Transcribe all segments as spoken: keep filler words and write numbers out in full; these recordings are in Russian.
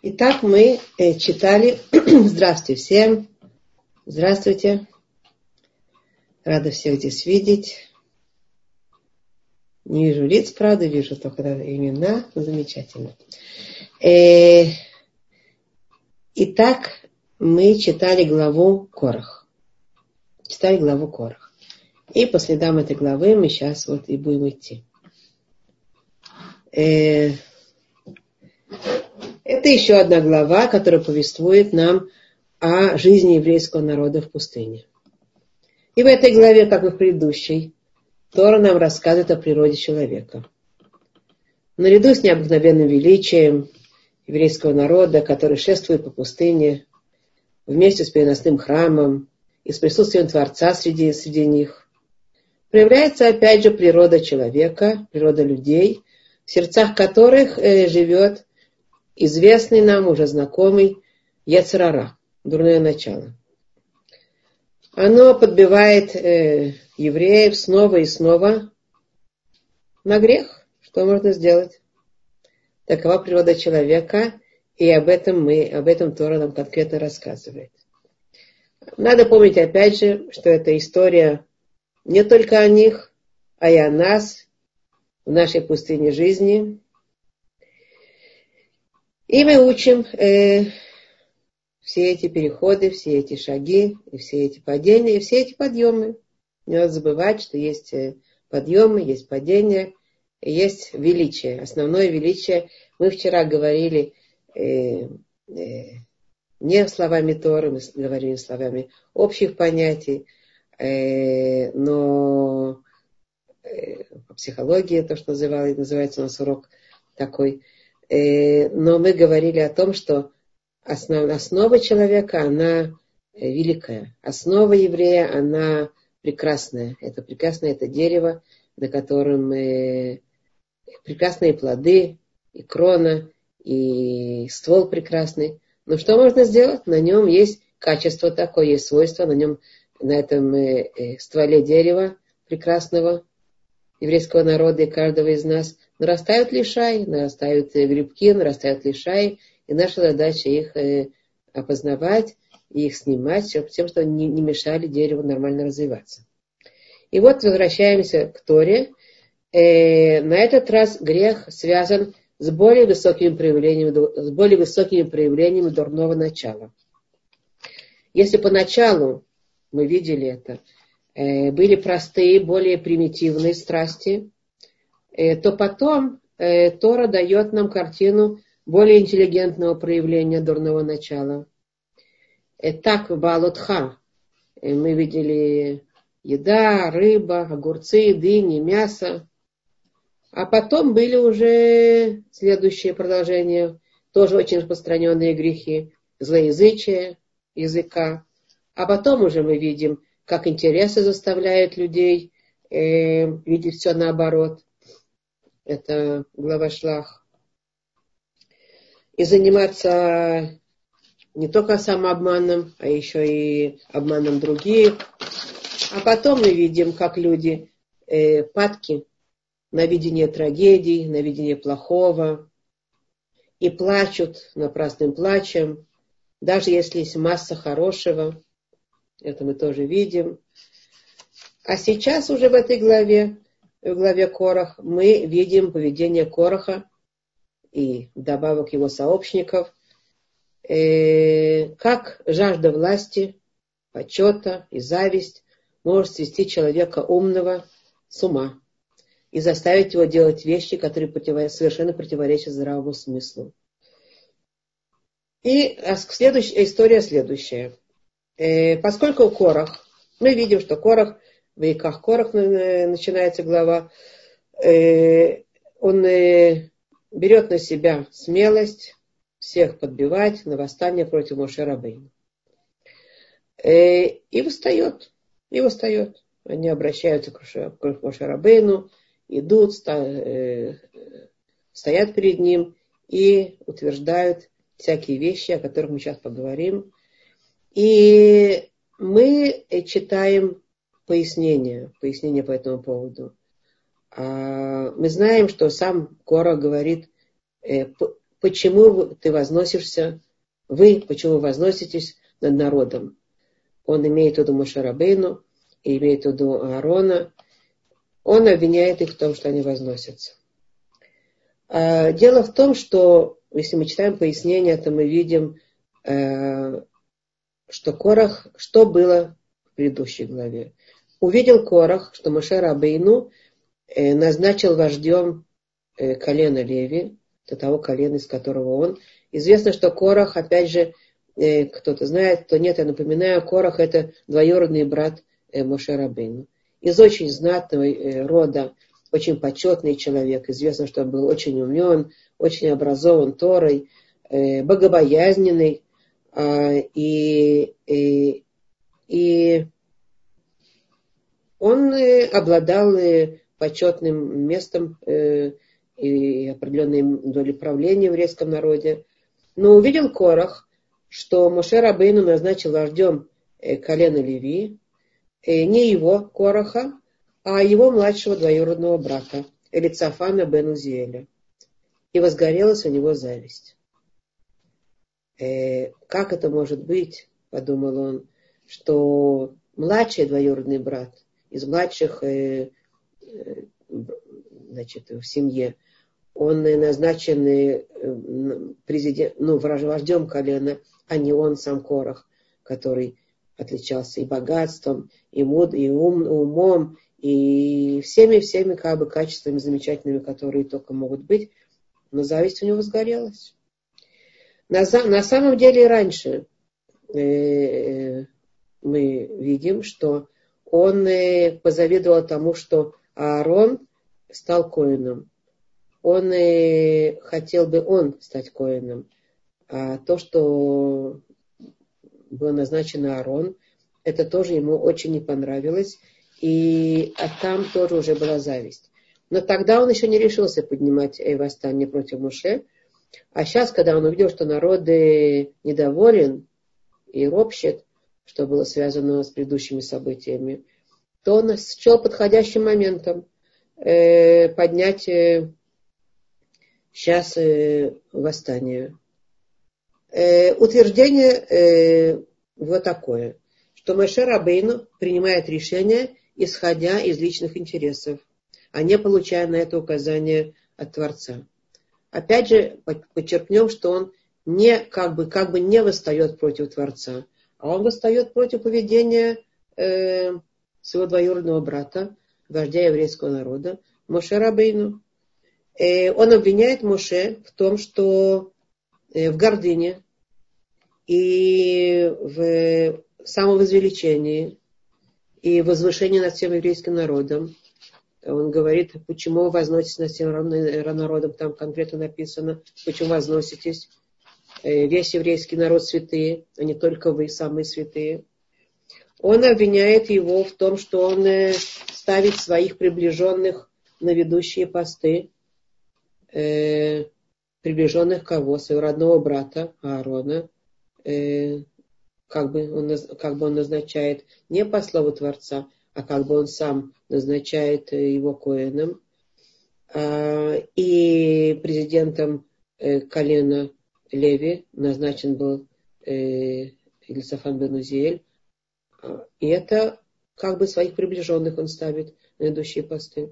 Итак, мы э, читали. Здравствуйте всем. Здравствуйте. Рада всех здесь видеть. Не вижу лиц, правда, вижу только имена. Замечательно. Э, итак, мы читали главу Корах. Читали главу Корах. И по следам этой главы мы сейчас вот и будем идти. Э, это еще одна глава, которая повествует нам о жизни еврейского народа в пустыне. И в этой главе, как и в предыдущей, Тора нам рассказывает о природе человека. Наряду с необыкновенным величием еврейского народа, который шествует по пустыне вместе с переносным храмом и с присутствием Творца среди, среди них, проявляется опять же природа человека, природа людей, в сердцах которых э, живет известный нам, уже знакомый йецер ара, дурное начало. Оно подбивает э, евреев снова и снова на грех. Что можно сделать? Такова природа человека, и об этом мы, об этом Тора нам конкретно рассказывает. Надо помнить опять же, что эта история не только о них, а и о нас в нашей пустыне жизни. И мы учим э, все эти переходы, все эти шаги, и все эти падения, и все эти подъемы. Не надо забывать, что есть подъемы, есть падения, и есть величие. Основное величие. Мы вчера говорили э, э, не словами Торы, мы говорили словами общих понятий, э, но э, по психологии, то, что называли, называется у нас урок такой. Э, но мы говорили о том, что Основ, основа человека, она великая. Основа еврея, она прекрасная. Это прекрасное это дерево, на котором э, прекрасные плоды, и крона, и ствол прекрасный. Но что можно сделать? На нем есть качество такое, есть свойство. На нем, на этом э, э, стволе дерева прекрасного еврейского народа и каждого из нас нарастают лишаи, нарастают э, грибки, нарастают лишаи. И наша задача их э, опознавать и их снимать, чтобы тем, что не, не мешали дереву нормально развиваться. И вот возвращаемся к Торе. Э, на этот раз грех связан с более высокими проявлениями, с более высокими проявлениями дурного начала. Если поначалу мы видели это, э, были простые, более примитивные страсти, э, то потом э, Тора дает нам картину более интеллигентного проявления дурного начала. Так в Баалотха мы видели еда, рыба, огурцы, дыни, мясо. А потом были уже следующие продолжения, тоже очень распространенные грехи, злоязычие языка. А потом уже мы видим, как интересы заставляют людей э, видеть все наоборот. Это глава Шлах. И заниматься не только самообманом, а еще и обманом других. А потом мы видим, как люди э, падки на видение трагедий, на видение плохого, и плачут напрасным плачем, даже если есть масса хорошего. Это мы тоже видим. А сейчас уже в этой главе, в главе Корах, мы видим поведение Кораха, и вдобавок его сообщников, э, как жажда власти, почета и зависть может свести человека умного с ума и заставить его делать вещи, которые против, совершенно противоречат здравому смыслу. И следующая, история следующая. Э, поскольку Корах, мы видим, что Корах, в веках Корах начинается глава, э, он э, берет на себя смелость всех подбивать на восстание против Моше Рабейну. И восстает. И восстает. Они обращаются к Моше Рабейну, идут, стоят перед ним и утверждают всякие вещи, о которых мы сейчас поговорим. И мы читаем пояснения, пояснения по этому поводу. Мы знаем, что сам Корах говорит, почему ты возносишься, вы, почему вы возноситесь над народом? Он имеет в виду Моше Рабейну, и имеет в виду Аарона. Он обвиняет их в том, что они возносятся. А дело в том, что, если мы читаем пояснение, то мы видим, что Корах, что было в предыдущей главе. Увидел Корах, что Моше Рабейну назначил вождем колена Леви, до того колена, из которого он. Известно, что Корах, опять же, кто-то знает, кто нет, я напоминаю, Корах — это двоюродный брат Моше Рабейну. Из очень знатного рода, очень почетный человек. Известно, что он был очень умен, очень образован Торой, богобоязненный. И, и, и он обладал почетным местом и определенной долей правления в еврейском народе. Но увидел Корах, что Моше Рабейну назначил вождем колена Леви, не его Кораха, а его младшего двоюродного брата, Элицафана бен Узиэля. И возгорелась у него зависть. Э, как это может быть, подумал он, что младший двоюродный брат из младших э, э, значит, в семье, он назначен президент, ну, вождем колена, а не он сам Корах, который отличался и богатством, и, муд, и ум, умом, и всеми-всеми как бы качествами замечательными, которые только могут быть. Но зависть у него сгорелась. На, на самом деле и раньше э, мы видим, что он э, позавидовал тому, что Аарон стал коэном. Он э, хотел бы он стать коэном. А то, что был назначен Аарон, это тоже ему очень не понравилось. И а там тоже уже была зависть. Но тогда он еще не решился поднимать восстание против Моше. А сейчас, когда он увидел, что народ недоволен и ропщет, что было связано с предыдущими событиями, то он счел подходящим моментом э, поднять э, сейчас э, восстание. Э, утверждение э, вот такое, что Моше Рабейну принимает решение, исходя из личных интересов, а не получая на это указания от Творца. Опять же, подчеркнем, что он не, как бы, как бы не восстает против Творца, а он восстает против поведения э, своего двоюродного брата, вождя еврейского народа, Моше Рабейну. Э, он обвиняет Моше в том, что э, в гордыне и в самовозвеличении и возвышении над всем еврейским народом. Он говорит, почему вы возноситесь над всем народом, там конкретно написано, почему возноситесь. Весь еврейский народ святые, а не только вы, самые святые. Он обвиняет его в том, что он ставит своих приближенных на ведущие посты. Приближенных кого? Своего родного брата Аарона. Как бы он, как бы он назначает не по слову Творца, а как бы он сам назначает его коэном. И президентом колена Леви назначен был Элицафан бен Узиэль. И это как бы своих приближенных он ставит на идущие посты.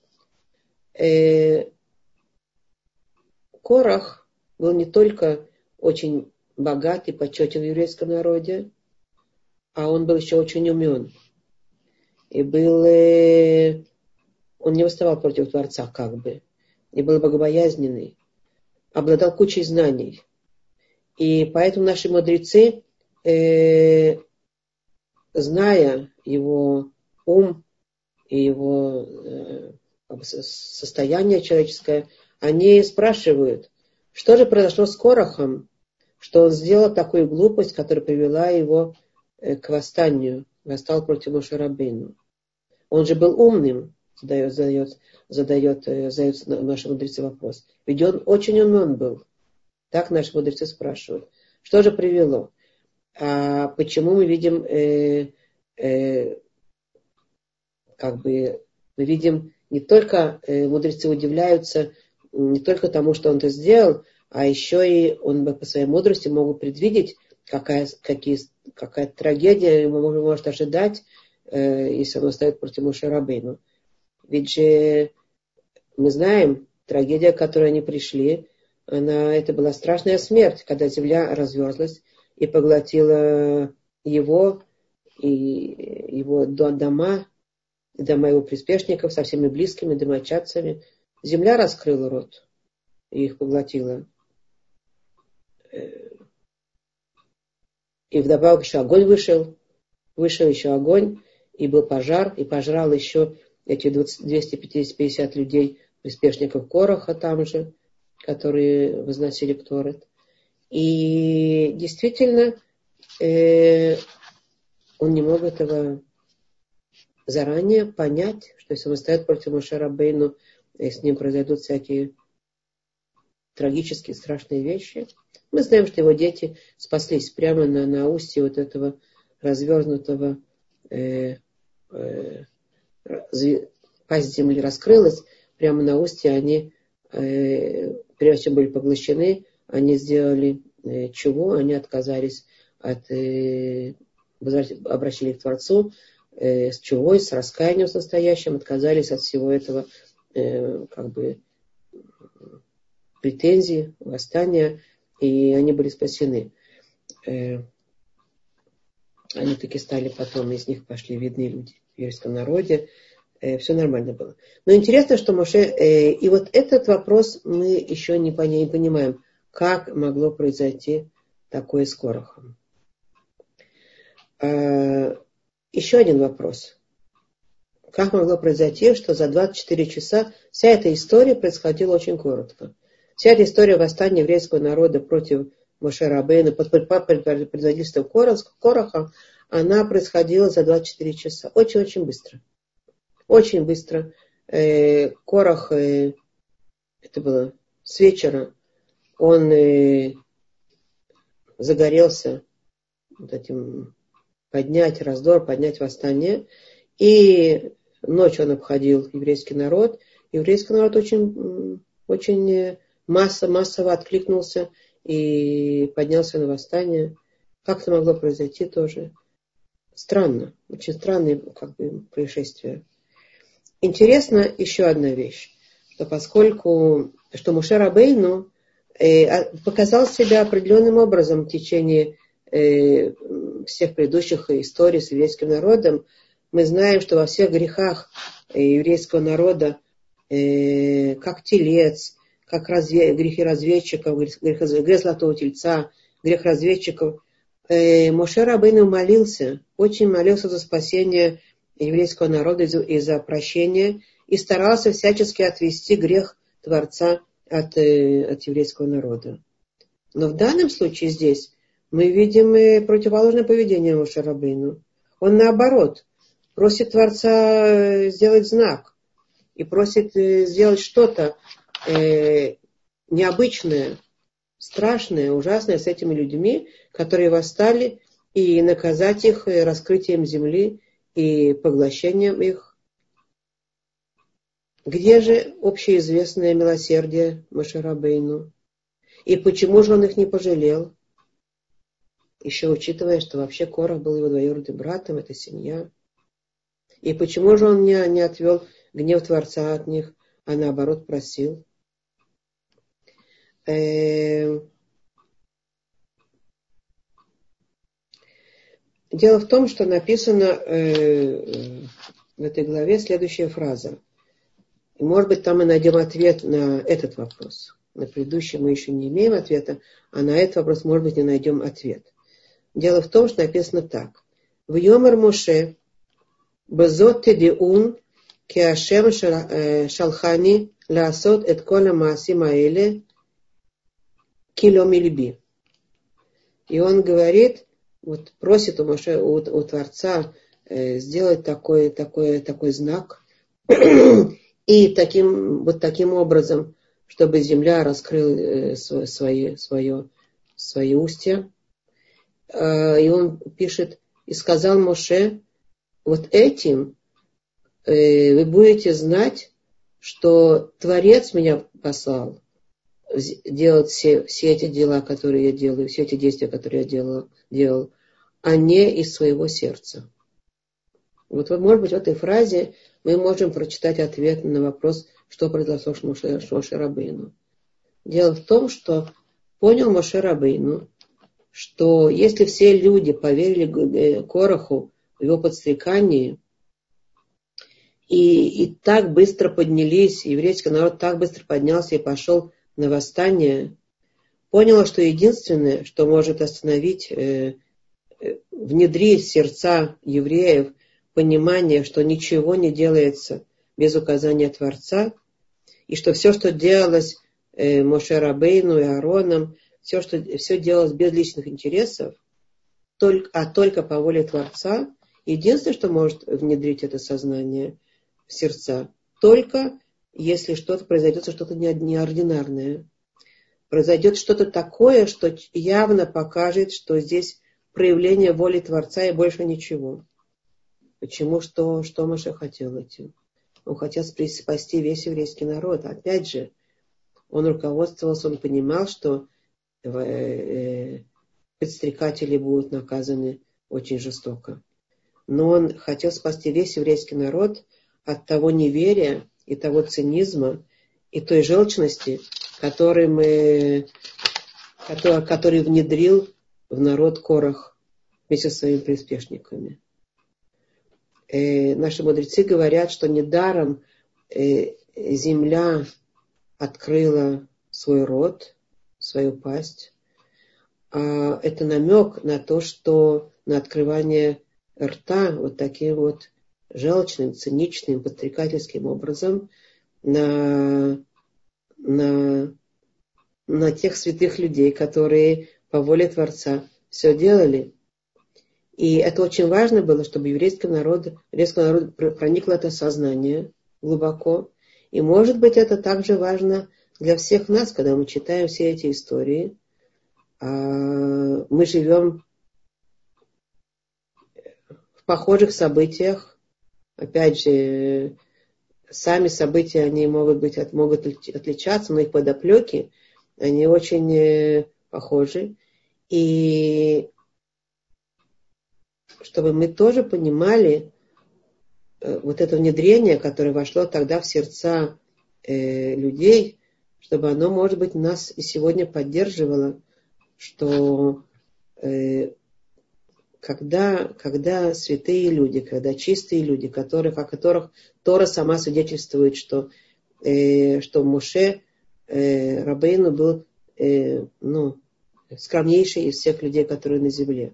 Корах был не только очень богат и почетен в еврейском народе, а он был еще очень умен. И был, э, он не восставал против Творца как бы, и был богобоязненный, обладал кучей знаний. И поэтому наши мудрецы, э, зная его ум и его э, состояние человеческое, они спрашивают, что же произошло с Корахом, что он сделал такую глупость, которая привела его э, к восстанию, восстал против Моше Рабейну. Он же был умным, задает, задает, задает, задает наши мудрецы вопрос. Ведь он очень умен был. Так наши мудрецы спрашивают. Что же привело? А почему мы видим, э, э, как бы, мы видим, не только э, мудрецы удивляются, не только тому, что он это сделал, а еще и он бы по своей мудрости мог предвидеть, какая, какие, какая трагедия ему может ожидать, э, если он встает против Моше Рабейну. Ведь же мы знаем, трагедия, к которой они пришли, она, это была страшная смерть, когда земля разверзлась и поглотила его и его дома, дома его приспешников со всеми близкими домочадцами. Земля раскрыла рот и их поглотила. И вдобавок еще огонь вышел, вышел еще огонь, и был пожар, и пожрал еще эти двести пятьдесят людей, приспешников Кораха там же, которые возносили Кторет. И действительно, э, он не мог этого заранее понять, что если он стоит против Моше Рабейну, с ним произойдут всякие трагические, страшные вещи. Мы знаем, что его дети спаслись прямо на, на устье вот этого развернутого, э, э, пасть земли раскрылась, прямо на устье они, э, прежде чем были поглощены, они сделали э, чего? Они отказались от, э, обращили к Творцу, э, с чувой, с раскаянием с настоящим, отказались от всего этого, э, как бы, претензий, восстания, и они были спасены. Э, они таки стали потом, из них пошли видные люди в еврейском народе. Э, все нормально было. Но интересно, что Моше... Э, и вот этот вопрос мы еще не, не понимаем, как могло произойти такое с Корахом. Э, еще один вопрос. Как могло произойти, что за двадцать четыре часа вся эта история происходила очень коротко. Вся эта история восстания еврейского народа против Моше Рабейну под предводительством Кораха, она происходила за двадцать четыре часа. Очень-очень быстро. Очень быстро. Корах, это было с вечера, он загорелся вот этим поднять раздор, поднять восстание. И ночью он обходил еврейский народ. Еврейский народ очень, очень масса, массово откликнулся и поднялся на восстание. Как это могло произойти тоже? Странно. Очень странное как бы, происшествие. Интересна еще одна вещь. Что поскольку что Моше Рабейну э, показал себя определенным образом в течение э, всех предыдущих историй с еврейским народом, мы знаем, что во всех грехах еврейского народа, э, как телец, как разве, грехи разведчиков, грех, грех золотого тельца, грех разведчиков, э, Моше Рабейну молился, очень молился за спасение еврейского народа и за, и за прощение, и старался всячески отвести грех Творца от, э, от еврейского народа. Но в данном случае здесь мы видим э, противоположное поведение Моше Рабейну. Он наоборот просит Творца сделать знак и просит сделать что-то э, необычное, страшное, ужасное с этими людьми, которые восстали, и наказать их раскрытием земли и поглощением их. Где же общеизвестное милосердие Моше Рабейну? И почему же он их не пожалел? Еще учитывая, что вообще Корах был его двоюродным братом, это семья. И почему же он не, не отвел гнев Творца от них, а наоборот просил? Э-э- Дело в том, что написано э- в этой главе следующая фраза. И, может быть, там мы найдем ответ на этот вопрос. На предыдущий мы еще не имеем ответа, а на этот вопрос, может быть, не найдем ответ. Дело в том, что написано так. В Йомер Моше Базот тедиун ки Ашем шалхани лаасот эт кола маасим аэле кило мильби. И он говорит, вот просит у, Моше, у, у Творца э, сделать такой, такой, такой знак, и таким, вот таким образом, чтобы земля раскрыла э, свои, свое, свои устья. Э, и он пишет, и сказал Моше, вот этим э, вы будете знать, что Творец меня послал. делать все, все эти дела, которые я делаю, все эти действия, которые я делала, делал, а не из своего сердца. Вот, может быть, в этой фразе мы можем прочитать ответ на вопрос, что произошло с Моше, Моше Рабейну. Дело в том, что понял Моше Рабейну, что если все люди поверили Кораху в его подстрекании, и, и так быстро поднялись, еврейский народ так быстро поднялся и пошел на восстание, понял, что единственное, что может остановить, э, э, внедрить в сердца евреев понимание, что ничего не делается без указания Творца, и что все, что делалось э, Моше Рабейну и Аароном, все, что, все делалось без личных интересов, только, а только по воле Творца. Единственное, что может внедрить это сознание в сердца, только если что-то произойдет, что-то неординарное. Произойдет что-то такое, что явно покажет, что здесь проявление воли Творца и больше ничего. Почему? Что, что Моше хотел этим? Он хотел спасти весь еврейский народ. Опять же, он руководствовался, он понимал, что подстрекатели будут наказаны очень жестоко. Но он хотел спасти весь еврейский народ от того неверия и того цинизма и той желчности, который, мы, который, который внедрил в народ Корах вместе со своими приспешниками. Э, наши мудрецы говорят, что недаром э, земля открыла свой рот, свою пасть. А это намек на то, что на открывание рта вот таким вот желчным, циничным, подстрекательским образом на, на, на тех святых людей, которые по воле Творца все делали. И это очень важно было, чтобы еврейский народ, еврейский народ проникло это сознание глубоко. И может быть это также важно для всех нас, когда мы читаем все эти истории. Мы живем в похожих событиях. Опять же, сами события, они могут быть, могут отличаться, но их подоплеки, они очень похожи. И чтобы мы тоже понимали вот это внедрение, которое вошло тогда в сердца людей, чтобы оно, может быть, нас и сегодня поддерживало, что э, когда, когда святые люди, когда чистые люди, которых, о которых Тора сама свидетельствует, что, э, что Моше э, Рабейну был э, ну, скромнейший из всех людей, которые на земле.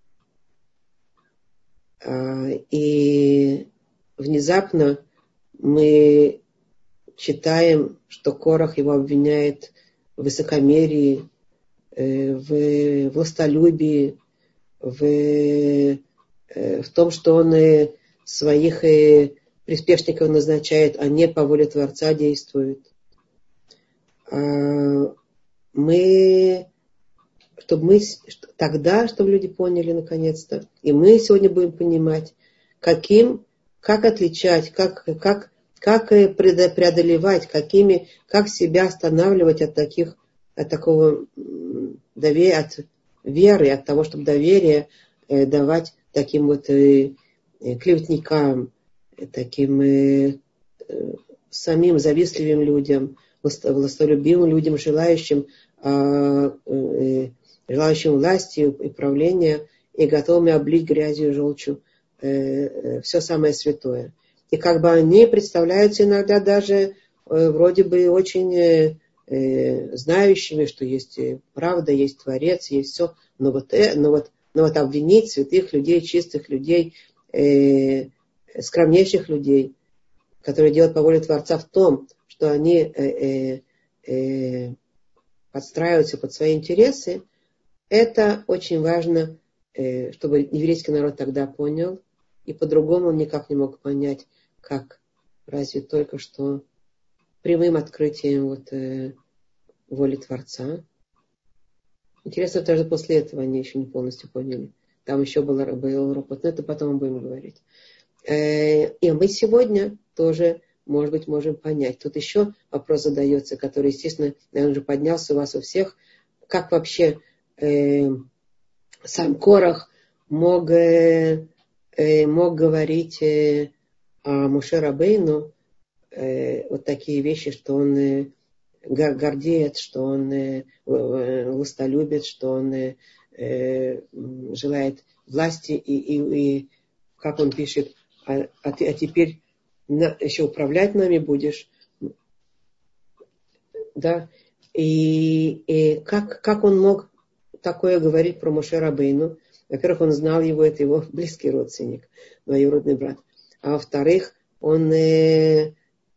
А, и внезапно мы читаем, что Корах его обвиняет в высокомерии, в властолюбии, в, в том, что он своих приспешников назначает, а не по воле Творца действует. Мы, чтобы мы тогда, чтобы люди поняли наконец-то, и мы сегодня будем понимать, каким, как отличать, как, как, как преодолевать, какими, как себя останавливать от таких, от такого доверия, от веры, от того, чтобы доверие э, давать таким вот э, клеветникам, э, таким э, э, самим завистливым людям, властолюбивым людям, желающим, э, э, желающим власти и правления и готовыми облить грязью и желчью э, э, все самое святое. И как бы они представляются иногда даже э, вроде бы очень э, э, знающими, что есть правда, есть Творец, есть все, но вот, э, но вот, но вот обвинить святых людей, чистых людей, э, скромнейших людей, которые делают по воле Творца в том, что они э, э, э, подстраиваются под свои интересы, это очень важно, э, чтобы еврейский народ тогда понял, и по-другому он никак не мог понять, как разве только что прямым открытием вот, э, воли Творца. Интересно, даже после этого они еще не полностью поняли. Там еще был, был ропот, но это потом мы будем говорить. Э, и мы сегодня тоже может быть, можем понять. Тут еще вопрос задается, который, естественно, наверное, уже поднялся у вас у всех. Как вообще э, сам Корах мог, э, мог говорить э, о Моше Рабейну э, вот такие вещи, что он э, гордеет, что он э, властолюбит, что он э, э, желает власти, и, и, и как он пишет, а, а, ты, а теперь на, еще управлять нами будешь, да, и, и как, как он мог такое говорить про Моше Рабейну? Во-первых, он знал его, это его близкий родственник, двоюродный брат, а во-вторых, он э,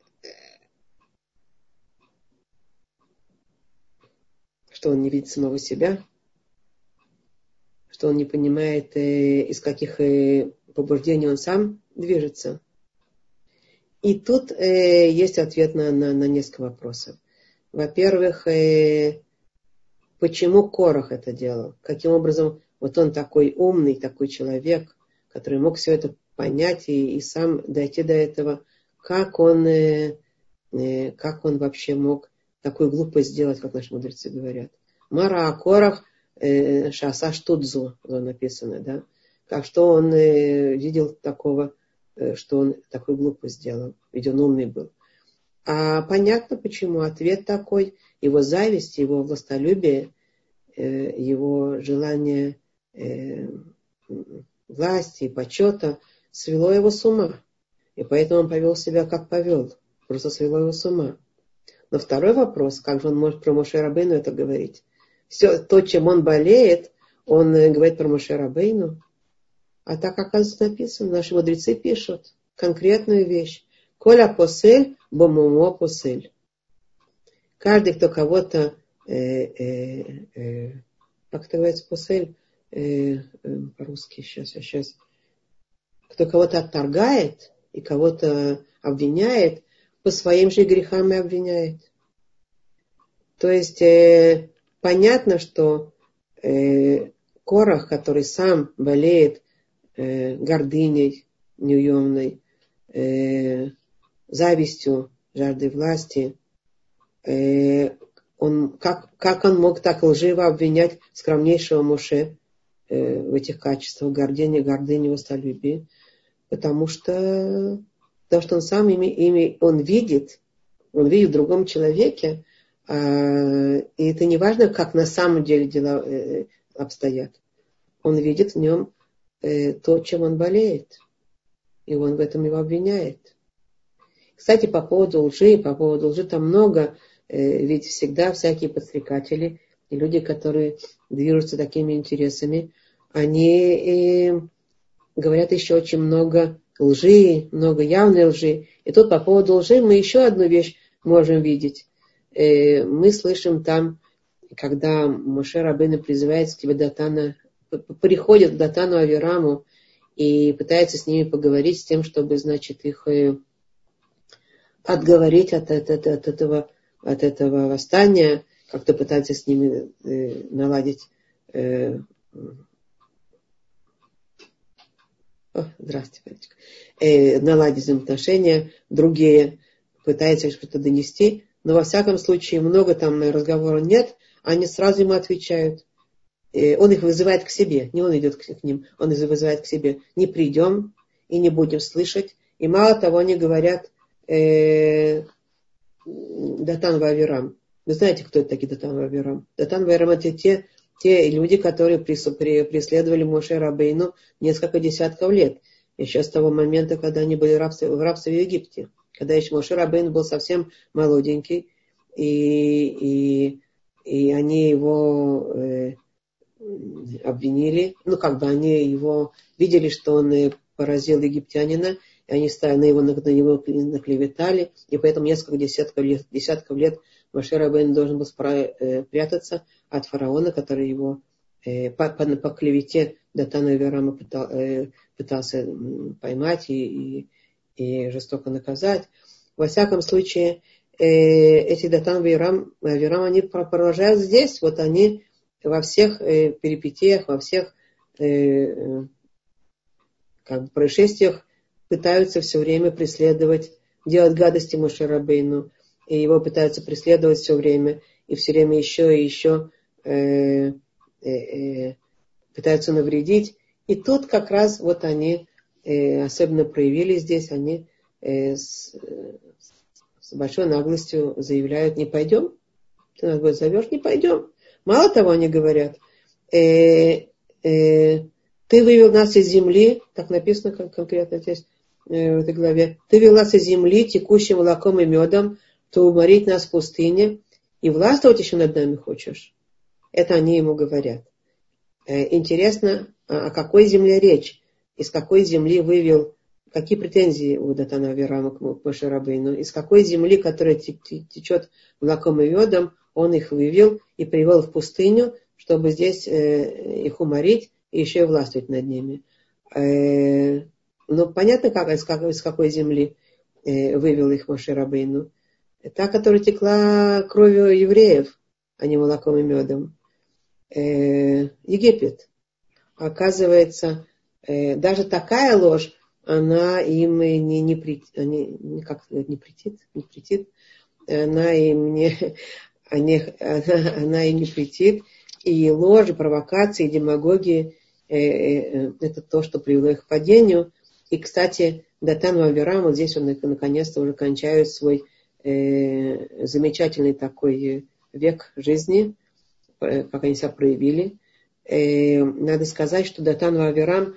что он не видит самого себя, что он не понимает, э, из каких э, побуждений он сам движется. И тут э, есть ответ на, на, на несколько вопросов. Во-первых, э, почему Корах это делал? Каким образом вот он такой умный, такой человек, который мог все это понять и, и сам дойти до этого, как он, э, э, как он вообще мог такую глупость сделать, как наши мудрецы говорят. Мара Корах э, Шаса Штудзу написано, да? Как что он э, видел такого, э, что он такую глупость сделал, ведь он умный был. А понятно почему. Ответ такой: его зависть, его властолюбие, э, его желание э, власти и почета свело его с ума. И поэтому он повел себя, как повел. Просто свело его с ума. Но второй вопрос: как же он может про Моше Рабейну это говорить? Все то, чем он болеет, он э, говорит про Моше Рабейну. А так, оказывается, написано, наши мудрецы пишут конкретную вещь. Коля посель, бомумо посель. Каждый, кто кого-то, э, э, э, как это говорится, посель, э, э, по-русски сейчас, сейчас, кто кого-то отторгает и кого-то обвиняет, по своим же грехам и обвиняет. То есть э, понятно, что э, Корах, который сам болеет э, гордыней неуемной, э, завистью, жаждой власти, э, он, как, как он мог так лживо обвинять скромнейшего Моше э, в этих качествах, гордыни, гордыни, властолюбии? Потому что, потому что он сам ими, ими он видит, он видит в другом человеке, э, и это не важно, как на самом деле дела э, обстоят. Он видит в нем э, то, чем он болеет, и он в этом его обвиняет. Кстати, по поводу лжи, по поводу лжи там много, э, ведь всегда всякие подстрекатели и люди, которые движутся такими интересами, они э, говорят еще очень много лжи, много явной лжи. И тут по поводу лжи мы еще одну вещь можем видеть. Э, мы слышим там, когда Моше Рабейну призывает к тебе Датана, приходит к Датану Авираму и пытается с ними поговорить с тем, чтобы, значит, их э, отговорить от, от, от, от, этого, от этого восстания, как-то пытаться с ними э, наладить э, О, здравствуйте, Павелечка. Э, наладить взаимоотношения, другие пытаются что-то донести, но во всяком случае много там разговора нет, они сразу ему отвечают. Э, он их вызывает к себе, не он идет к, к ним, он их вызывает к себе. Не придем и не будем слышать. И мало того, они говорят э, Датан ва Авирам. Вы знаете, кто это такие Датан ва Авирам? Датан ва Авирам — это те, те люди, которые преследовали Моше Рабейну несколько десятков лет. Еще с того момента, когда они были в рабстве, в рабстве в Египте. Когда еще Моше Рабейну был совсем молоденький. И, и, и они его э, обвинили. Ну, как бы они его видели, что он поразил египтянина. И они стали на его, на него наклеветали. И поэтому несколько десятков лет, десятков лет Моше Рабейну должен был спрятаться от фараона, который его э, по, по, по клевете Датана Авирама пытал, э, пытался поймать и, и, и жестоко наказать. Во всяком случае, э, эти Датан Авирам, Авирам, они продолжают здесь. Вот они во всех э, перипетиях, во всех э, как бы происшествиях пытаются все время преследовать делать гадости Моше Рабейну, и его пытаются преследовать все время, и все время еще и еще э, э, э, пытаются навредить. И тут как раз вот они э, особенно проявили здесь, они э, с, с большой наглостью заявляют: не пойдем, ты нас будет зовешь, не пойдем. Мало того, они говорят, э, э, ты вывел нас из земли, так написано конкретно здесь, э, в этой главе, ты вывел нас из земли, текущим молоком и медом, то уморить нас в пустыне, и властвовать еще над нами хочешь. Это они ему говорят. Э, интересно, о какой земле речь, из какой земли вывел, какие претензии у Датана Авирама к Моше Рабейну, из какой земли, которая течет молоком и медом, он их вывел и привел в пустыню, чтобы здесь э, их уморить и еще и властвовать над ними. Э, ну, понятно, как, из, как, из какой земли э, вывел их Моше Рабейну. Та, которая текла кровью евреев, а не молоком и медом. Э, Египет. Оказывается, э, даже такая ложь, она им не, не, при, не, как сказать, не претит, не претит, она им не, они, она, она им не претит, и ложь, и провокации, и демагогии э, э, это то, что привело их к падению. И, кстати, Датан Авирам, вот здесь он наконец-то уже кончает свой э, замечательный такой век жизни, э, как они себя проявили. Э, надо сказать, что Датан и Авирам,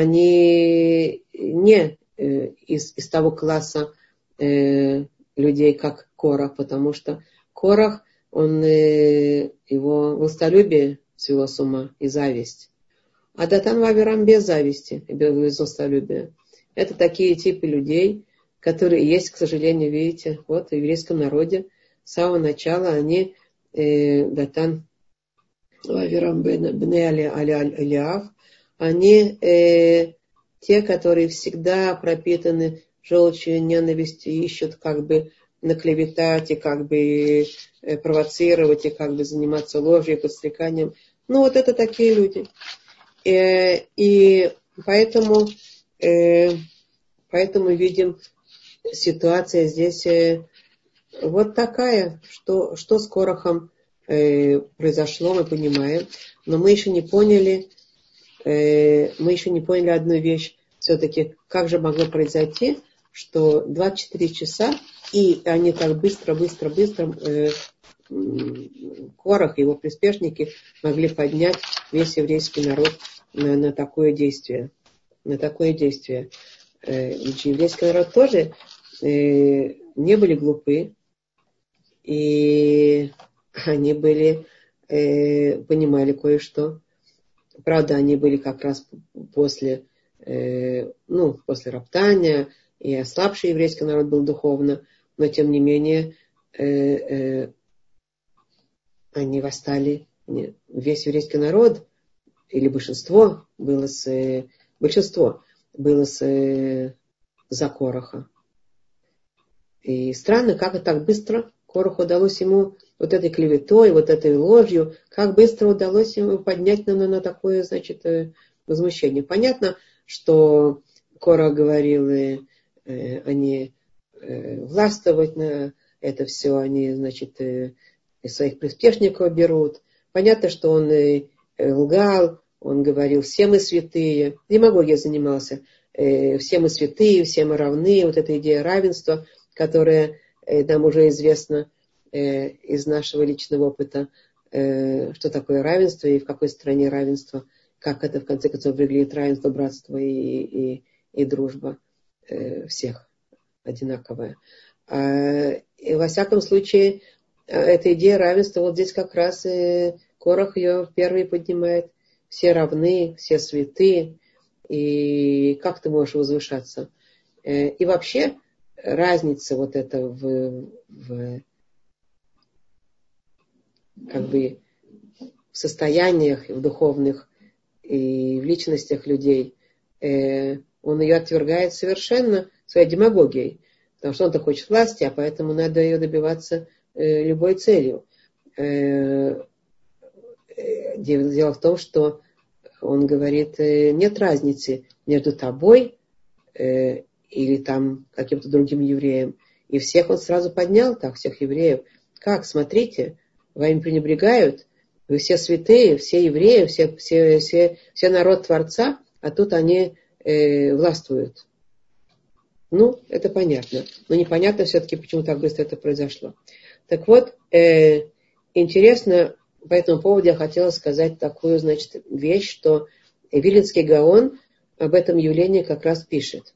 они не э, из, из того класса э, людей, как Корах, потому что Корах, он, э, его властолюбие свело с ума и зависть. А Датан и Авирам без зависти и без властолюбия. Это такие типы людей, которые есть, к сожалению, видите, вот в еврейском народе с самого начала они, э, Датан Авирам бне Алиав, они э, те, которые всегда пропитаны желчью, ненавистью, ищут как бы наклеветать и как бы э, провоцировать и как бы заниматься ложью и подстреканием. Ну вот это такие люди. Э, и поэтому, э, поэтому видим, ситуация здесь э, вот такая, что, что с Корахом э, произошло, мы понимаем, но мы еще не поняли, э, мы еще не поняли одну вещь, все-таки, как же могло произойти, что двадцать четыре часа, и они так быстро, быстро, быстро, э, Корах и его приспешники могли поднять весь еврейский народ на, на такое действие, на такое действие. Э, ведь еврейский народ тоже э, не были глупы, и они были, э, понимали кое-что. Правда, они были как раз после, э, ну, после роптания, и ослабший еврейский народ был духовно, но тем не менее э, э, они восстали. Они, весь еврейский народ, или большинство, было с, э, большинство было с, э, за Кораха. И странно, как это так быстро Кораху удалось ему вот этой клеветой, вот этой ложью, как быстро удалось ему поднять на, на такое, значит, возмущение. Понятно, что Корах говорил, э, э, они э, властвовать на это все, они, значит, э, своих приспешников берут. Понятно, что он э, лгал, он говорил, все мы святые, демагогия занимался, э, все мы святые, все мы равны, вот эта идея равенства, которая э, нам уже известна э, из нашего личного опыта, э, что такое равенство и в какой стране равенство, как это в конце концов выглядит равенство, братство и, и, и дружба э, всех одинаковая. А, и во всяком случае, эта идея равенства, вот здесь как раз э, Корах ее первый поднимает. Все равны, все святые, и как ты можешь возвышаться? Э, и вообще, разница вот эта в, в как бы в состояниях, в духовных и в личностях людей, э, он ее отвергает совершенно своей демагогией, потому что он-то хочет власти, а поэтому надо ее добиваться э, любой целью. Э, э, дело в том, что он говорит, э, нет разницы между тобой э, или там каким-то другим евреем. И всех он сразу поднял, так, всех евреев. Как, смотрите, вами пренебрегают, вы все святые, все евреи, все, все, все, все народ Творца, а тут они э, властвуют. Ну, это понятно. Но непонятно все-таки, почему так быстро это произошло. Так вот, э, интересно, по этому поводу я хотела сказать такую, значит, вещь, что Виленский Гаон об этом явлении как раз пишет.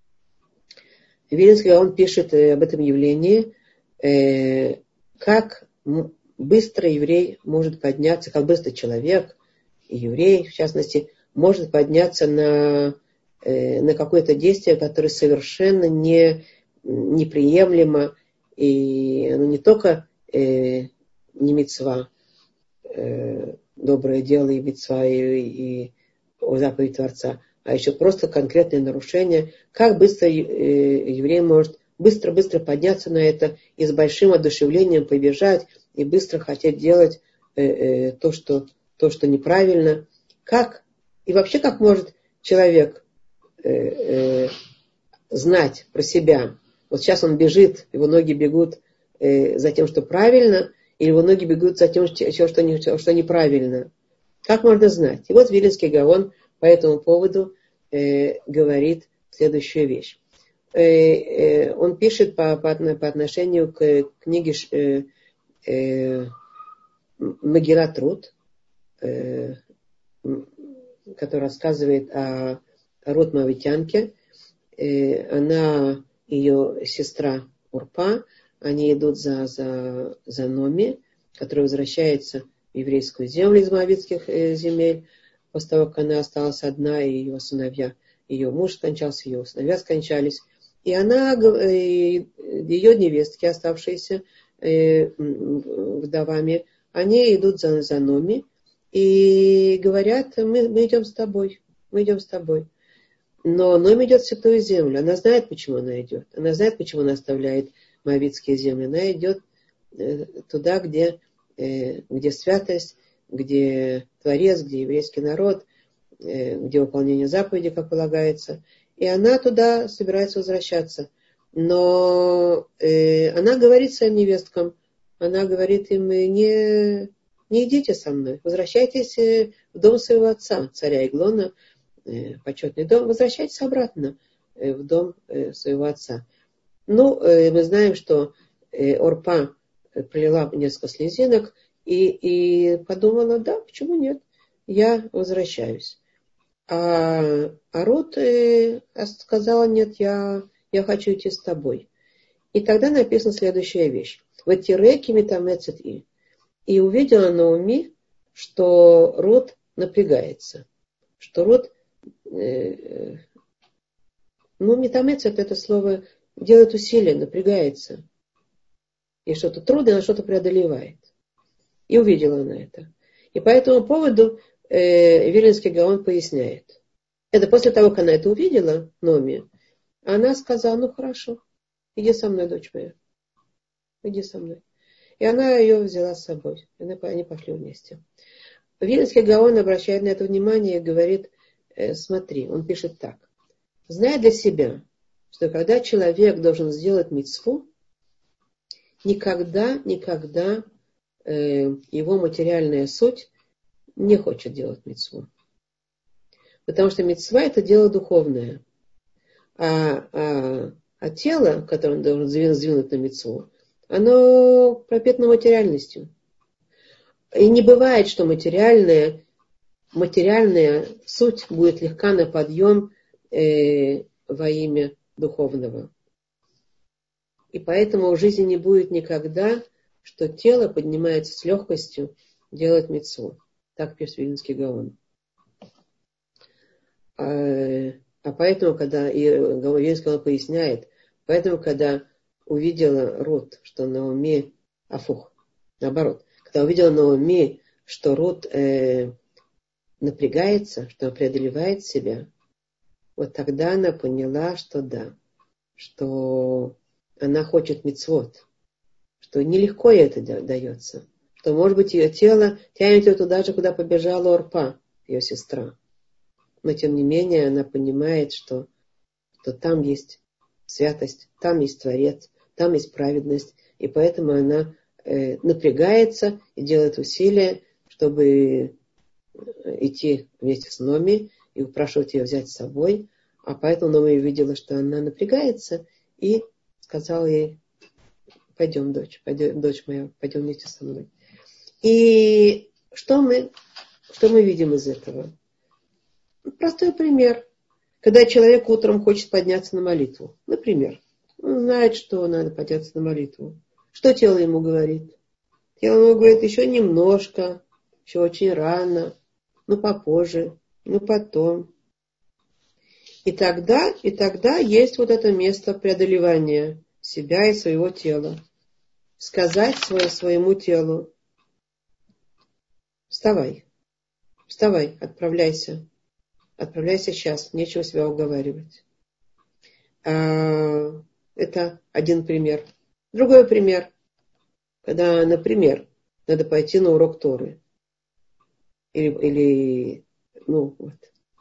Виленский Гаон пишет об этом явлении, э, как быстро еврей может подняться, как быстро человек, еврей, в частности, может подняться на, э, на какое-то действие, которое совершенно не, неприемлемо, и оно не только э, не мицва, э, доброе дело и мицва, и, и заповедь Творца, а еще просто конкретное нарушение. Как быстро э, еврей может быстро-быстро подняться на это и с большим одушевлением побежать и быстро хотеть делать э, э, то, что, то, что неправильно. Как и вообще как может человек э, э, знать про себя? Вот сейчас он бежит, его ноги бегут э, за тем, что правильно, или его ноги бегут за тем, что, что, не, что неправильно. Как можно знать? И вот Виленский Гаон по этому поводу э, говорит следующую вещь. Э, э, он пишет по, по, по отношению к книге э, э, Мегилат Рут, э, который рассказывает о, о Рут Моавитянке. Э, она, ее сестра Урпа, они идут за, за, за Номи, которая возвращается в еврейскую землю из моавитских э, земель, после того, как она осталась одна, и ее сыновья, ее муж скончался, ее сыновья скончались. И она, э, ее невестки, оставшиеся э, вдовами, они идут за, за Номи и говорят: мы, мы идем с тобой, мы идем с тобой. Но Номи идет в святую землю. Она знает, почему она идет. Она знает, почему она оставляет моавитские земли. Она идет э, туда, где, э, где святость, где Творец, где еврейский народ, э, где выполнение заповедей, как полагается. И она туда собирается возвращаться. Но э, она говорит своим невесткам, она говорит им: не, не идите со мной, возвращайтесь в дом своего отца, царя Эглона, почетный дом, возвращайтесь обратно в дом своего отца. Ну, мы знаем, что Орпа пролила несколько слезинок и, и подумала: да, почему нет, я возвращаюсь. А, а Рут сказала: нет, я, я хочу идти с тобой. И тогда написана следующая вещь. «Ватиреки метамецет и». И увидела Наоми, что Рут напрягается, что Рут ну, метамецет — это слово делает усилия, напрягается. И что-то трудное, она что-то преодолевает. И увидела она это. И по этому поводу э, Виленский Гаон поясняет. Это после того, как она это увидела, Номи, она сказала: ну хорошо, иди со мной, дочь моя. Иди со мной. И она ее взяла с собой. И они пошли вместе. Виленский Гаон обращает на это внимание и говорит: смотри, он пишет так. Зная для себя, что когда человек должен сделать мицву, никогда, никогда э, его материальная суть не хочет делать мицву. Потому что мицва — это дело духовное. А, а, а тело, которое он должен сдвинуть на мицву, оно пропитано материальностью. И не бывает, что материальная материальная суть будет легка на подъем э, во имя духовного. И поэтому в жизни не будет никогда, что тело поднимается с легкостью делать мицву. Так пишет Виленский Гаон. А, а поэтому, когда и Виленский Гаон поясняет, поэтому, когда увидела Рут, что Наоми, афух, наоборот, когда увидела Наоми, что Рут э, напрягается, что она преодолевает себя, вот тогда она поняла, что да, что она хочет мицвот, что нелегко ей это дается, что, может быть, ее тело тянет ее туда же, куда побежала Орпа, ее сестра. Но, тем не менее, она понимает, что, что там есть святость, там есть Творец, там есть праведность. И поэтому она э, напрягается и делает усилия, чтобы идти вместе с Номи и упрашивать ее взять с собой. А поэтому Номи увидела, что она напрягается, и сказала ей: пойдем, дочь, пойдем, дочь моя, пойдем вместе со мной. И что мы, что мы видим из этого? Простой пример. Когда человек утром хочет подняться на молитву, например, он знает, что надо подняться на молитву. Что тело ему говорит? Тело ему говорит: еще немножко, еще очень рано, ну попозже, ну потом. И тогда, и тогда есть вот это место преодолевания себя и своего тела. Сказать свое, своему телу: вставай, вставай, отправляйся. Отправляйся сейчас, нечего себя уговаривать. А, это один пример. Другой пример. Когда, например, надо пойти на урок Торы. Или, или ну вот,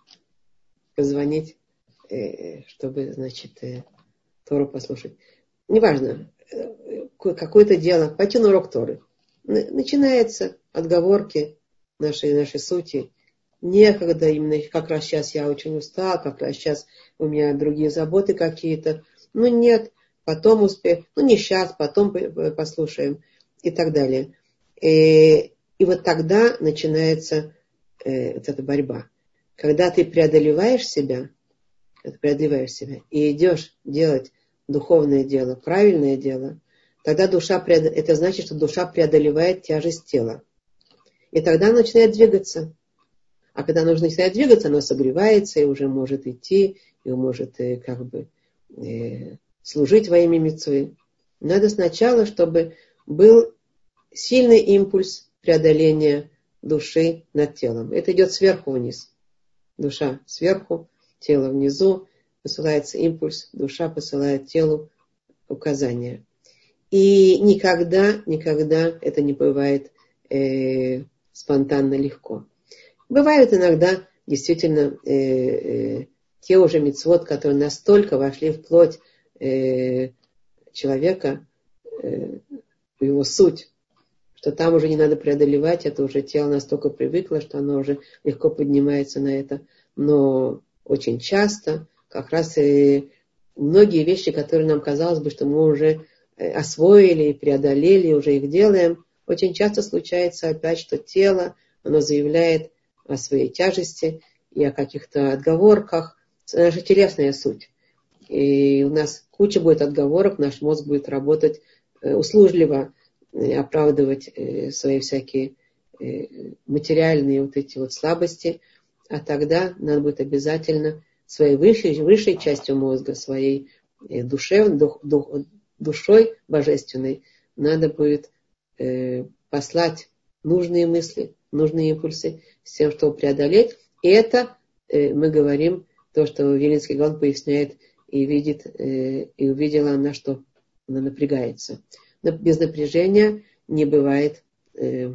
позвонить, э, чтобы, значит, э, Тору послушать. Неважно, э, какое-то дело, пойти на урок Торы. Начинается отговорки нашей, нашей сути. Некогда, именно как раз сейчас я очень устал, как раз сейчас у меня другие заботы какие-то. Ну нет, потом успею, ну не сейчас, потом послушаем и так далее. И, и вот тогда начинается э, вот эта борьба. Когда ты преодолеваешь себя, когда ты преодолеваешь себя и идешь делать духовное дело, правильное дело, тогда душа, преод... это значит, что душа преодолевает тяжесть тела. И тогда она начинает двигаться. А когда нужно начинать двигаться, оно согревается и уже может идти, и может э, как бы э, служить во имя мицвы. Надо сначала, чтобы был сильный импульс преодоления души над телом. Это идет сверху вниз. Душа сверху, тело внизу, посылается импульс, душа посылает телу указания. И никогда, никогда это не бывает э, спонтанно легко. Бывают иногда действительно э, э, те уже мицвот, которые настолько вошли в плоть э, человека, э, в его суть, что там уже не надо преодолевать, это уже тело настолько привыкло, что оно уже легко поднимается на это. Но очень часто как раз и многие вещи, которые нам казалось бы, что мы уже освоили и преодолели, уже их делаем, очень часто случается опять, что тело, оно заявляет о своей тяжести и о каких-то отговорках. Это наша телесная суть. И у нас куча будет отговорок, наш мозг будет работать услужливо, оправдывать свои всякие материальные вот эти вот слабости. А тогда надо будет обязательно своей высшей, высшей частью мозга, своей душевной, дух, дух, душой божественной, надо будет э, послать нужные мысли, нужные импульсы с тем, чтобы преодолеть. И это э, мы говорим, то, что Вилинский Гаон поясняет и видит, э, и увидела она, что она напрягается. Но без напряжения не бывает э,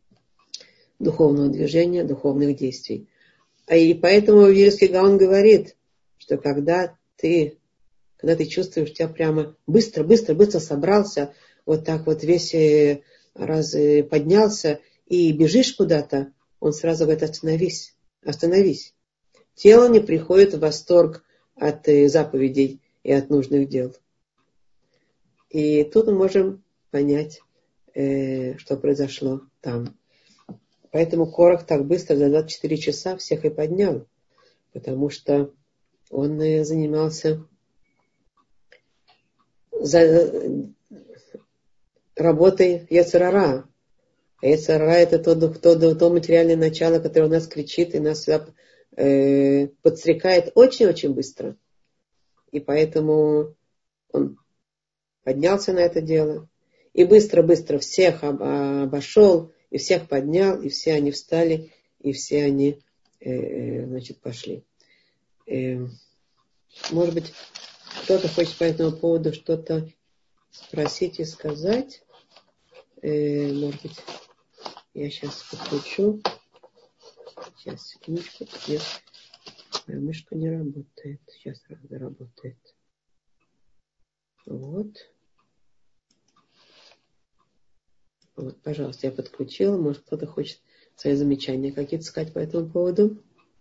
духовного движения, духовных действий. И поэтому Вилинский Гаон говорит, что когда ты Когда ты чувствуешь, тебя прямо быстро, быстро, быстро собрался, вот так вот весь раз поднялся и бежишь куда-то, он сразу говорит: остановись, остановись. Тело не приходит в восторг от заповедей и от нужных дел. И тут мы можем понять, что произошло там. Поэтому Корах так быстро за двадцать четыре часа всех и поднял, потому что он занимался за работой йецер ара. А йецер ара — это то, то, то материальное начало, которое у нас кричит и нас всегда э, подстрекает очень-очень быстро. И поэтому он поднялся на это дело и быстро-быстро всех обошел, и всех поднял, и все они встали, и все они э, значит, пошли. Э, может быть, кто-то хочет по этому поводу что-то спросить и сказать. Э, может быть, я сейчас подключу. Сейчас, секундочку. Нет, моя мышка не работает. Сейчас заработает. Вот. Вот, пожалуйста, я подключила. Может, кто-то хочет свои замечания какие-то сказать по этому поводу?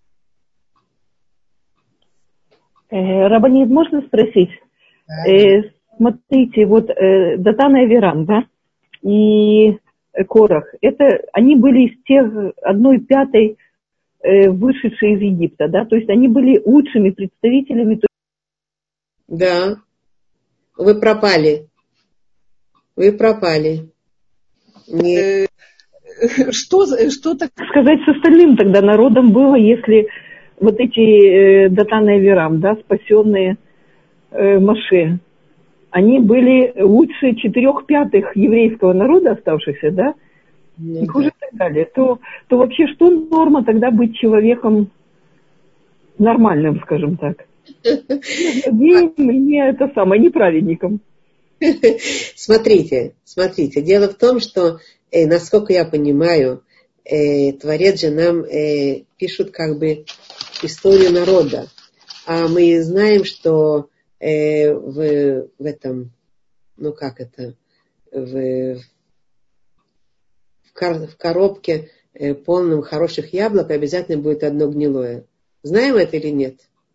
Рабанит, можно спросить? Да, э, смотрите, вот э, Датан и Авирам, да, и Корах, это они были из тех одной пятой э, вышедшие из Египта, да, то есть они были лучшими представителями. да. Вы пропали. Вы пропали. Не... Что, что, так сказать, с остальным тогда народом было, если вот эти э, Датан и Авирам, да, спасенные э, Моше, они были лучше четырех пятых еврейского народа, оставшихся, да, Ну, и хуже да. и так далее, то, то вообще что норма тогда быть человеком нормальным, скажем так? Не, не это самое, не праведником. Смотрите, смотрите. Дело в том, что, э, насколько я понимаю, э, Творец же нам э, пишут как бы историю народа. А мы знаем, что э, в, в этом, ну как это, в, в, кор, в коробке э, полном хороших яблок обязательно будет одно гнилое. Знаем это или нет?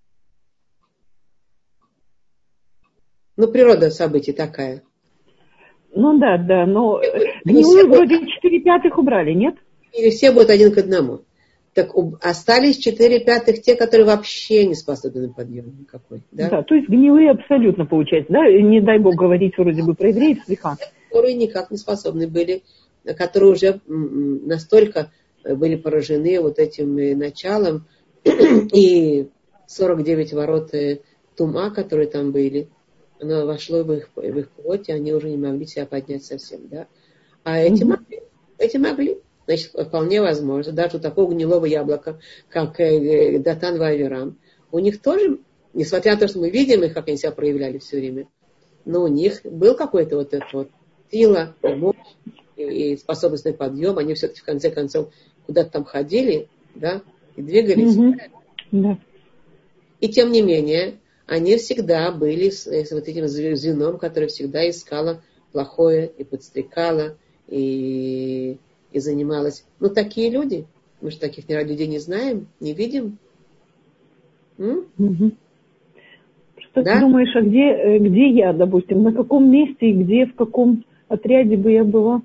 Ну, природа событий такая. Ну да, да, но Они все гнилую будут, вроде четыре пятых убрали, нет? или все будут один к одному. Так остались четыре пятых те, которые вообще не способны на подъем никакой. Да? Да, то есть гнилые абсолютно получается, да? Не дай бог говорить вроде бы про евреев, слегка. Которые никак не способны были, которые уже настолько были поражены вот этим началом, и сорок девять ворот тума, которые там были, оно вошло в их, в их плоть, и они уже не могли себя поднять совсем, да. А эти Угу. могли, эти могли. Значит, вполне возможно, даже у такого гнилого яблока, как э, Датан и Авирам, у них тоже, несмотря на то, что мы видим их, как они себя проявляли все время, но у них был какой-то вот этот вот сила, и мощь, и, и способность на подъем, они все-таки в конце концов куда-то там ходили, да, и двигались. Угу. Да. И тем не менее, они всегда были с, с вот этим звеном, которое всегда искало плохое и подстрекало, и, и занималось. Ну, такие люди. Мы же таких людей не знаем, не видим. М? Угу. Что Да? ты думаешь, а где, где я, допустим, на каком месте и где, в каком отряде бы я была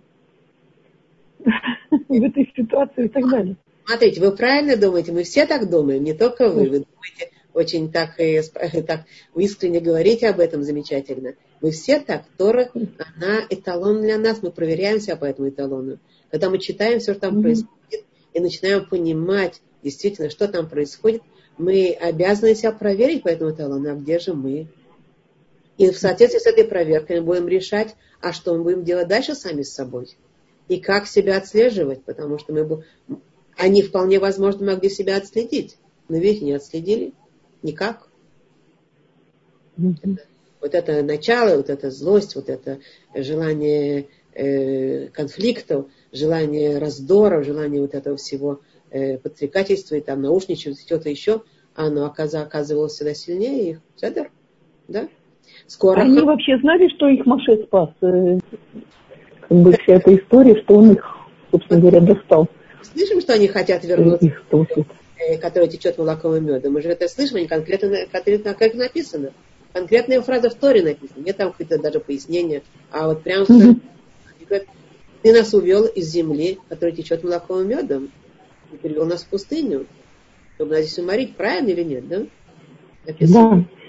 в этой ситуации и так далее? Смотрите, вы правильно думаете, мы все так думаем, не только вы. Вы думаете очень так, так искренне говорите об этом замечательно. Мы все так. Тора, она эталон для нас, мы проверяем себя по этому эталону. Когда мы читаем все, что там mm-hmm. происходит, и начинаем понимать действительно, что там происходит, мы обязаны себя проверить по этому эталону, а где же мы? И в соответствии с этой проверкой мы будем решать, а что мы будем делать дальше сами с собой. И как себя отслеживать, потому что мы, они вполне возможно могли себя отследить, но ведь не отследили никак. Mm-hmm. Это, вот это начало, вот эта злость, вот это желание э, конфликтов, желание раздора, желание вот этого всего э, подстрекательства и там наушничать, что-то еще, оно оказывалось всегда сильнее их. Седер? Да? Скоро. Они вообще знали, что их Моше спас? Как бы вся эта история, что он их, собственно говоря, достал. Слышим, что они хотят вернуться, их, который течет молоком и медом. Мы же это слышим, они конкретно, конкретно как написано. Конкретная фраза в Торе написана. Нет там какие-то даже пояснения. А вот прям mm-hmm. говорят, ты нас увел из земли, которая течет молоком и медом, и перевел нас в пустыню, чтобы нас здесь уморить. Правильно или нет, да? Написано. Да.